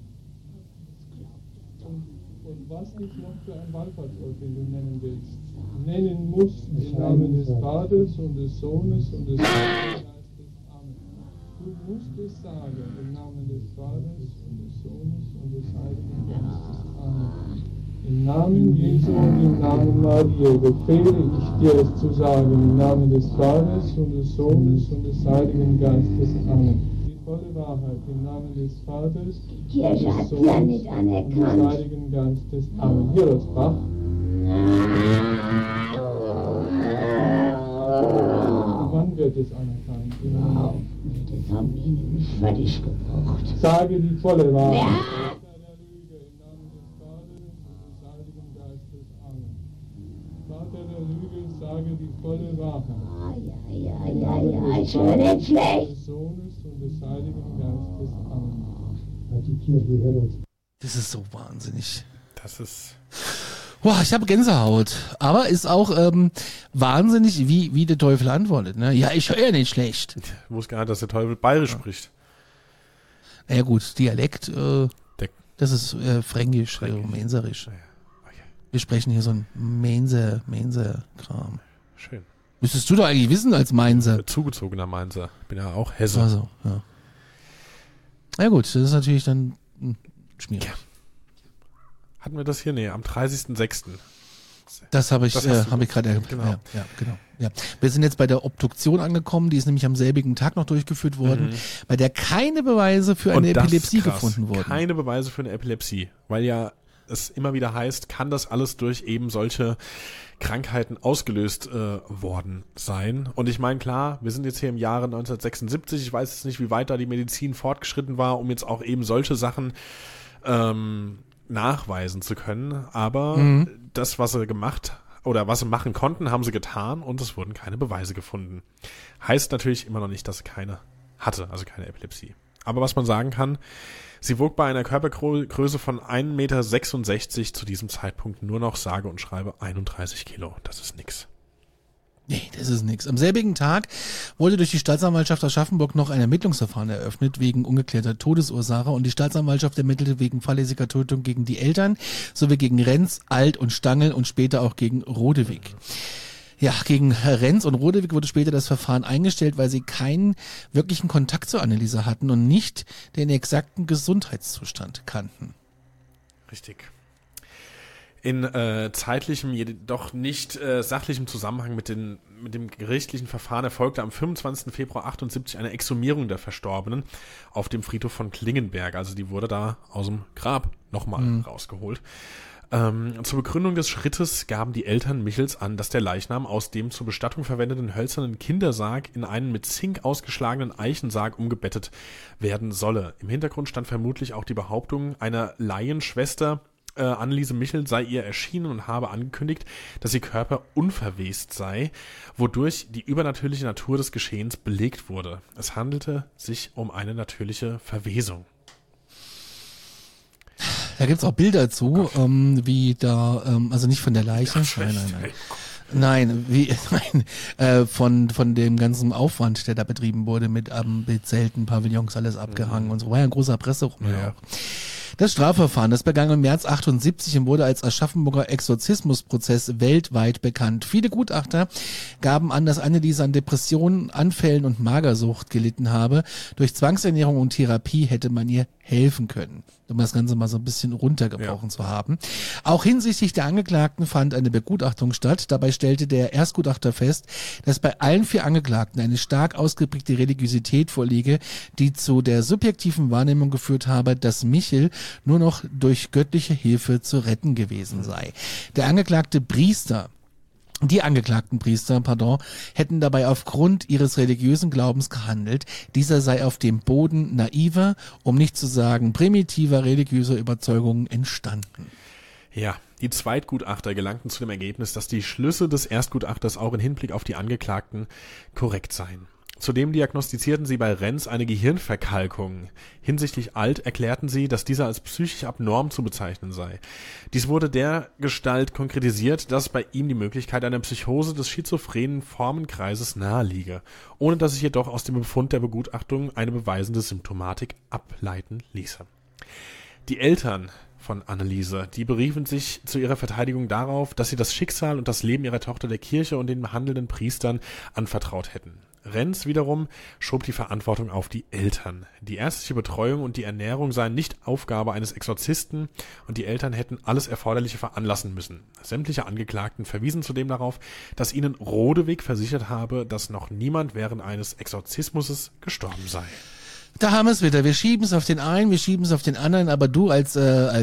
S6: Und was dich noch für ein Wallfahrtsort, den du nennen willst, nennen musst im Namen des Vaters und des Sohnes und des Heiligen Geistes. Amen. Du musst es sagen im Namen des Vaters und des Sohnes und des Heiligen Geistes. Amen. Im Namen Jesu und im Namen Maria befehle ich dir es zu sagen, im Namen des Vaters und des Sohnes und des Heiligen Geistes. Amen. Die volle Wahrheit im Namen des Vaters
S7: Die Kirche hat ja nicht
S6: und des
S7: anerkannt.
S6: Heiligen Geistes. Amen. Hier das Bach. Wann wird es anerkannt?
S7: Wow, das haben wir nämlich fertig gebracht.
S6: Sage die volle Wahrheit.
S7: Ja!
S6: Vater der Lüge, sage die volle Wahrheit.
S7: Ja, ich höre nicht schlecht.
S6: Des Sohnes und des Heiligen Geistes. Amen.
S3: Das ist so wahnsinnig.
S4: Das ist...
S3: Boah, ich habe Gänsehaut. Aber ist auch wahnsinnig, wie der Teufel antwortet. Ne? Ja, ich höre ja nicht schlecht.
S4: Ich wusste gar nicht, dass der Teufel bayerisch spricht.
S3: Naja gut, Dialekt, das ist fränkisch, menserisch.
S4: Ja, okay.
S3: Wir sprechen hier so ein Mainzer-Kram.
S4: Schön.
S3: Müsstest du doch eigentlich wissen als Mainzer.
S4: Zugezogener Mainzer. Bin ja auch Hesse.
S3: Also, ja. Na gut, das ist natürlich dann schwierig.
S4: Ja. Hatten wir das hier? Nee, am 30.06.
S3: Das habe ich,
S4: Das hast du
S3: hab ich gerade.
S4: genau.
S3: Ja, genau. Ja. Wir sind jetzt bei der Obduktion angekommen, die ist nämlich am selbigen Tag noch durchgeführt worden, bei der keine Beweise für eine
S4: Und das
S3: Epilepsie
S4: ist krass.
S3: gefunden wurden.
S4: Keine Beweise für eine Epilepsie, weil ja es immer wieder heißt, kann das alles durch eben solche Krankheiten ausgelöst worden sein. Und ich meine, klar, wir sind jetzt hier im Jahre 1976, ich weiß jetzt nicht, wie weit da die Medizin fortgeschritten war, um jetzt auch eben solche Sachen nachweisen zu können, aber das, was sie gemacht oder was sie machen konnten, haben sie getan und es wurden keine Beweise gefunden. Heißt natürlich immer noch nicht, dass sie keine hatte, also keine Epilepsie. Aber was man sagen kann, sie wog bei einer Körpergröße von 1,66 Meter zu diesem Zeitpunkt nur noch sage und schreibe 31 Kilo. Das ist nix.
S3: Nee, das ist nix. Am selbigen Tag wurde durch die Staatsanwaltschaft Aschaffenburg noch ein Ermittlungsverfahren eröffnet wegen ungeklärter Todesursache und die Staatsanwaltschaft ermittelte wegen fahrlässiger Tötung gegen die Eltern sowie gegen Renz, Alt und Stangl und später auch gegen Rodewig. Ja, gegen Renz und Rodewig wurde später das Verfahren eingestellt, weil sie keinen wirklichen Kontakt zur Anneliese hatten und nicht den exakten Gesundheitszustand kannten.
S4: Richtig. In zeitlichem, jedoch nicht sachlichem Zusammenhang mit dem gerichtlichen Verfahren erfolgte am 25. Februar 78 eine Exhumierung der Verstorbenen auf dem Friedhof von Klingenberg. Also die wurde da aus dem Grab nochmal rausgeholt. Zur Begründung des Schrittes gaben die Eltern Michels an, dass der Leichnam aus dem zur Bestattung verwendeten hölzernen Kindersarg in einen mit Zink ausgeschlagenen Eichensarg umgebettet werden solle. Im Hintergrund stand vermutlich auch die Behauptung einer Laienschwester, Anneliese Michel sei ihr erschienen und habe angekündigt, dass ihr Körper unverwest sei, wodurch die übernatürliche Natur des Geschehens belegt wurde. Es handelte sich um eine natürliche Verwesung.
S3: Da gibt's auch Bilder zu, wie da, also nicht von der Leiche, von dem ganzen Aufwand, der da betrieben wurde mit Zelten, Pavillons, alles abgehangen und so. War ja ein großer Presserummel auch. Das Strafverfahren, das begann im März 78 und wurde als Aschaffenburger Exorzismusprozess weltweit bekannt. Viele Gutachter gaben an, dass Anneliese an Depressionen, Anfällen und Magersucht gelitten habe. Durch Zwangsernährung und Therapie hätte man ihr helfen können, um das Ganze mal so ein bisschen runtergebrochen zu haben. Auch hinsichtlich der Angeklagten fand eine Begutachtung statt. Dabei stellte der Erstgutachter fest, dass bei allen 4 Angeklagten eine stark ausgeprägte Religiosität vorliege, die zu der subjektiven Wahrnehmung geführt habe, dass Michel nur noch durch göttliche Hilfe zu retten gewesen sei. Die angeklagten Priester, hätten dabei aufgrund ihres religiösen Glaubens gehandelt. Dieser sei auf dem Boden naiver, um nicht zu sagen primitiver religiöser Überzeugungen entstanden.
S4: Ja, die Zweitgutachter gelangten zu dem Ergebnis, dass die Schlüsse des Erstgutachters auch in Hinblick auf die Angeklagten korrekt seien. Zudem diagnostizierten sie bei Renz eine Gehirnverkalkung. Hinsichtlich Alt erklärten sie, dass dieser als psychisch abnorm zu bezeichnen sei. Dies wurde dergestalt konkretisiert, dass bei ihm die Möglichkeit einer Psychose des schizophrenen Formenkreises naheliege, ohne dass sich jedoch aus dem Befund der Begutachtung eine beweisende Symptomatik ableiten ließe. Die Eltern von Anneliese, die beriefen sich zu ihrer Verteidigung darauf, dass sie das Schicksal und das Leben ihrer Tochter der Kirche und den behandelnden Priestern anvertraut hätten. Renz wiederum schob die Verantwortung auf die Eltern. Die ärztliche Betreuung und die Ernährung seien nicht Aufgabe eines Exorzisten und die Eltern hätten alles Erforderliche veranlassen müssen. Sämtliche Angeklagten verwiesen zudem darauf, dass ihnen Rodewig versichert habe, dass noch niemand während eines Exorzismus gestorben sei.
S3: Da haben wir es wieder. Wir schieben es auf den einen, wir schieben es auf den anderen, aber du als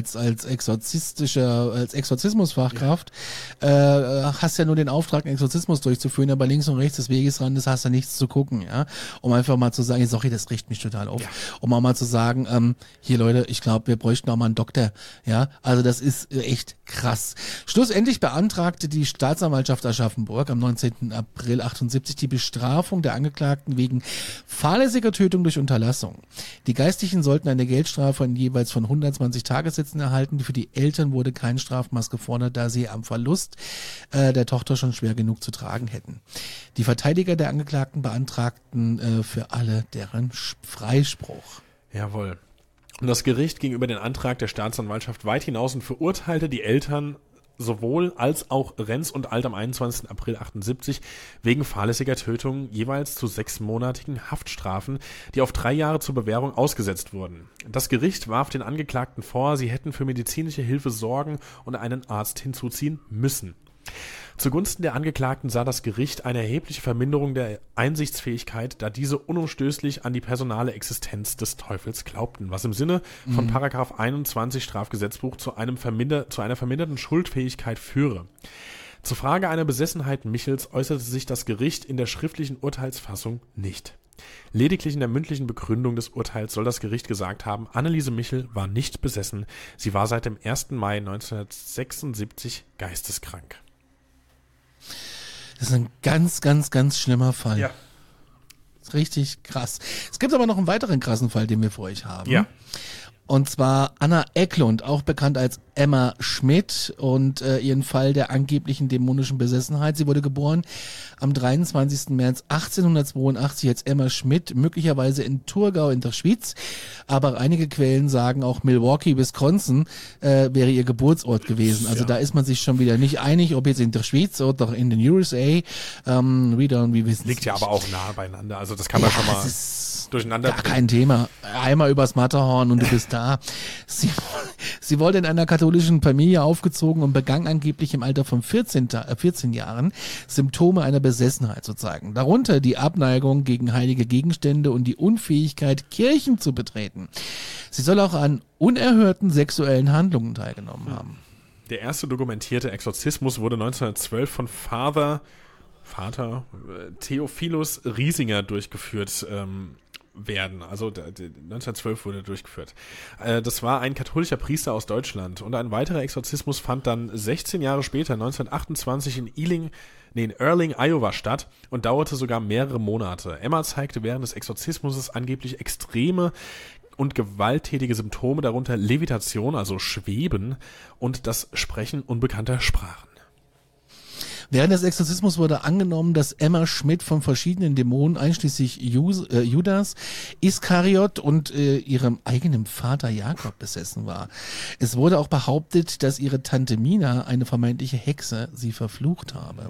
S3: Exorzismusfachkraft hast ja nur den Auftrag, einen Exorzismus durchzuführen, aber links und rechts des Wegesrandes hast du nichts zu gucken, ja. Um einfach mal zu sagen, sorry, das riecht mich total auf. Ja. Um auch mal zu sagen, hier Leute, ich glaube, wir bräuchten auch mal einen Doktor, ja. Also das ist echt krass. Schlussendlich beantragte die Staatsanwaltschaft Aschaffenburg am 19. April 78 die Bestrafung der Angeklagten wegen fahrlässiger Tötung durch Unterlassung. Die Geistlichen sollten eine Geldstrafe jeweils von 120 Tagessätzen erhalten. Für die Eltern wurde kein Strafmaß gefordert, da sie am Verlust der Tochter schon schwer genug zu tragen hätten. Die Verteidiger der Angeklagten beantragten für alle deren Freispruch.
S4: Jawohl. Und das Gericht ging über den Antrag der Staatsanwaltschaft weit hinaus und verurteilte die Eltern sowohl als auch Renz und Alt am 21. April 78 wegen fahrlässiger Tötung jeweils zu 6-monatigen Haftstrafen, die auf 3 Jahre zur Bewährung ausgesetzt wurden. Das Gericht warf den Angeklagten vor, sie hätten für medizinische Hilfe sorgen und einen Arzt hinzuziehen müssen. Zugunsten der Angeklagten sah das Gericht eine erhebliche Verminderung der Einsichtsfähigkeit, da diese unumstößlich an die personale Existenz des Teufels glaubten, was im Sinne von § 21 Strafgesetzbuch zu einer verminderten Schuldfähigkeit führe. Zur Frage einer Besessenheit Michels äußerte sich das Gericht in der schriftlichen Urteilsfassung nicht. Lediglich in der mündlichen Begründung des Urteils soll das Gericht gesagt haben, Anneliese Michel war nicht besessen, sie war seit dem 1. Mai 1976 geisteskrank.
S3: Das ist ein ganz, ganz, ganz schlimmer Fall.
S4: Ja.
S3: Das ist richtig krass. Es gibt aber noch einen weiteren krassen Fall, den wir für euch haben.
S4: Ja.
S3: Und zwar Anna Eklund, auch bekannt als Emma Schmidt, und ihren Fall der angeblichen dämonischen Besessenheit. Sie wurde geboren am 23. März 1882 als Emma Schmidt, möglicherweise in Thurgau in der Schweiz. Aber einige Quellen sagen auch Milwaukee, Wisconsin wäre ihr Geburtsort gewesen. Also da ist man sich schon wieder nicht einig, ob jetzt in der Schweiz oder in den USA. Wir wissen
S4: Liegt ja aber auch nah beieinander. Also das kann man schon mal durcheinander
S3: bringen. Gar kein Thema. Einmal übers Matterhorn und du bist da. Sie wurde in einer katholischen Familie aufgezogen und begann angeblich im Alter von 14 Jahren Symptome einer Besessenheit zu zeigen. Darunter die Abneigung gegen heilige Gegenstände und die Unfähigkeit, Kirchen zu betreten. Sie soll auch an unerhörten sexuellen Handlungen teilgenommen haben.
S4: Der erste dokumentierte Exorzismus wurde 1912 von Vater Theophilus Riesinger durchgeführt werden. Also 1912 wurde durchgeführt. Das war ein katholischer Priester aus Deutschland. Und ein weiterer Exorzismus fand dann 16 Jahre später, 1928, in Earling, Iowa statt und dauerte sogar mehrere Monate. Emma zeigte während des Exorzismus angeblich extreme und gewalttätige Symptome, darunter Levitation, also Schweben, und das Sprechen unbekannter Sprachen.
S3: Während des Exorzismus wurde angenommen, dass Emma Schmidt von verschiedenen Dämonen, einschließlich Judas, Iskariot und ihrem eigenen Vater Jakob besessen war. Es wurde auch behauptet, dass ihre Tante Mina, eine vermeintliche Hexe, sie verflucht habe.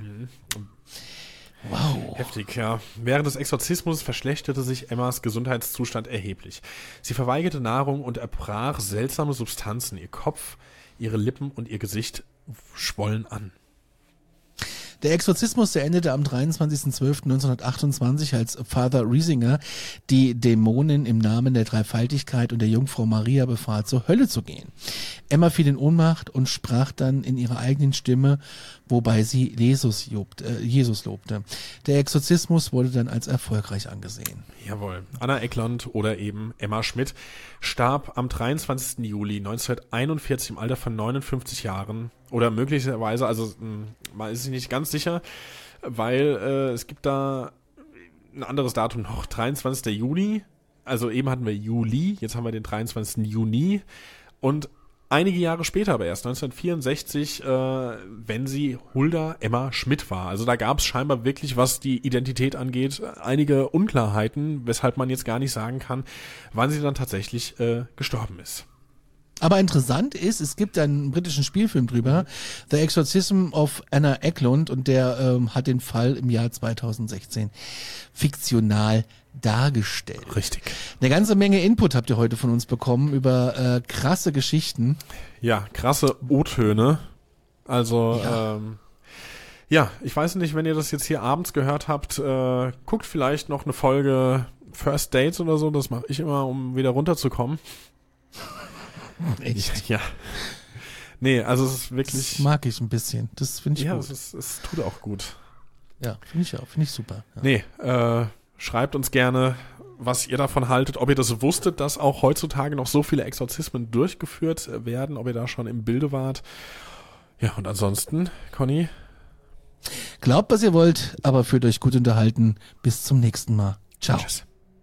S3: Wow.
S4: Heftig, ja. Während des Exorzismus verschlechterte sich Emmas Gesundheitszustand erheblich. Sie verweigerte Nahrung und erbrach seltsame Substanzen. Ihr Kopf, ihre Lippen und ihr Gesicht schwollen an.
S3: Der Exorzismus, der endete am 23.12.1928, als Father Riesinger die Dämonen im Namen der Dreifaltigkeit und der Jungfrau Maria befahl, zur Hölle zu gehen. Emma fiel in Ohnmacht und sprach dann in ihrer eigenen Stimme, wobei sie Jesus lobte. Der Exorzismus wurde dann als erfolgreich angesehen.
S4: Jawohl. Anna Eklund oder eben Emma Schmidt starb am 23. Juli 1941 im Alter von 59 Jahren. Oder möglicherweise, also man ist sich nicht ganz sicher, weil es gibt da ein anderes Datum noch, 23. Juni. Also eben hatten wir Juli, jetzt haben wir den 23. Juni. Und einige Jahre später, aber erst 1964, wenn sie Hulda Emma Schmidt war. Also da gab es scheinbar wirklich, was die Identität angeht, einige Unklarheiten, weshalb man jetzt gar nicht sagen kann, wann sie dann tatsächlich gestorben ist.
S3: Aber interessant ist, es gibt einen britischen Spielfilm drüber, The Exorcism of Anna Eklund, und der hat den Fall im Jahr 2016 fiktional dargestellt.
S4: Richtig.
S3: Eine ganze Menge Input habt ihr heute von uns bekommen über krasse Geschichten.
S4: Ja, krasse O-Töne. Also, ja, ich weiß nicht, wenn ihr das jetzt hier abends gehört habt, guckt vielleicht noch eine Folge First Dates oder so, das mache ich immer, um wieder runterzukommen.
S3: Echt?
S4: Ja. Nee, also es ist wirklich...
S3: Das mag ich ein bisschen. Das finde ich gut.
S4: Ja, es tut auch gut.
S3: Ja, finde ich auch. Finde ich super. Ja.
S4: Nee, schreibt uns gerne, was ihr davon haltet, ob ihr das wusstet, dass auch heutzutage noch so viele Exorzismen durchgeführt werden, ob ihr da schon im Bilde wart. Ja, und ansonsten, Conny?
S3: Glaubt, was ihr wollt, aber fühlt euch gut unterhalten. Bis zum nächsten Mal. Ciao.
S4: Tschüss.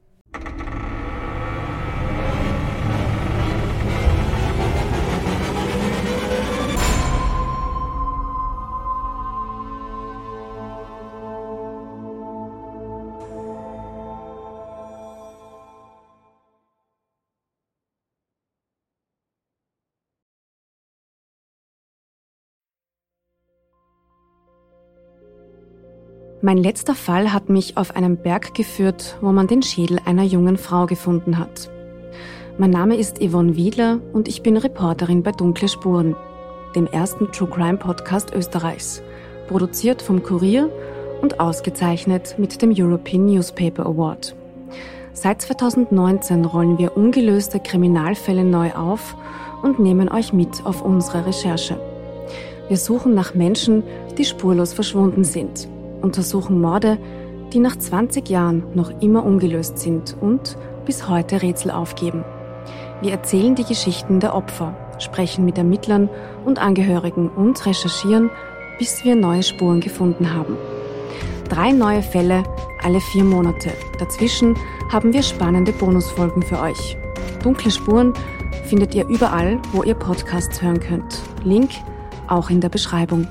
S8: Mein letzter Fall hat mich auf einen Berg geführt, wo man den Schädel einer jungen Frau gefunden hat. Mein Name ist Yvonne Wiedler und ich bin Reporterin bei Dunkle Spuren, dem ersten True Crime Podcast Österreichs, produziert vom Kurier und ausgezeichnet mit dem European Newspaper Award. Seit 2019 rollen wir ungelöste Kriminalfälle neu auf und nehmen euch mit auf unsere Recherche. Wir suchen nach Menschen, die spurlos verschwunden sind, untersuchen Morde, die nach 20 Jahren noch immer ungelöst sind und bis heute Rätsel aufgeben. Wir erzählen die Geschichten der Opfer, sprechen mit Ermittlern und Angehörigen und recherchieren, bis wir neue Spuren gefunden haben. 3 neue Fälle alle 4 Monate. Dazwischen haben wir spannende Bonusfolgen für euch. Dunkle Spuren findet ihr überall, wo ihr Podcasts hören könnt. Link auch in der Beschreibung.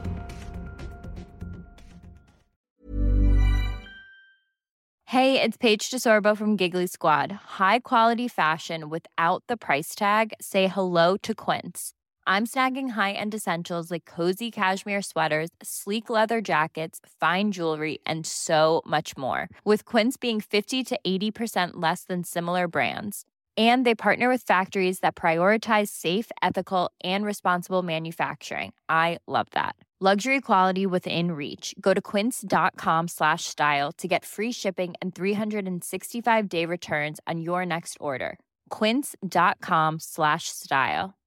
S9: Hey, it's Paige DeSorbo from Giggly Squad. High quality fashion without the price tag. Say hello to Quince. I'm snagging high-end essentials like cozy cashmere sweaters, sleek leather jackets, fine jewelry, and so much more. With Quince being 50 to 80% less than similar brands. And they partner with factories that prioritize safe, ethical, and responsible manufacturing. I love that. Luxury quality within reach. Go to quince.com/style to get free shipping and 365-day returns on your next order. Quince.com/style.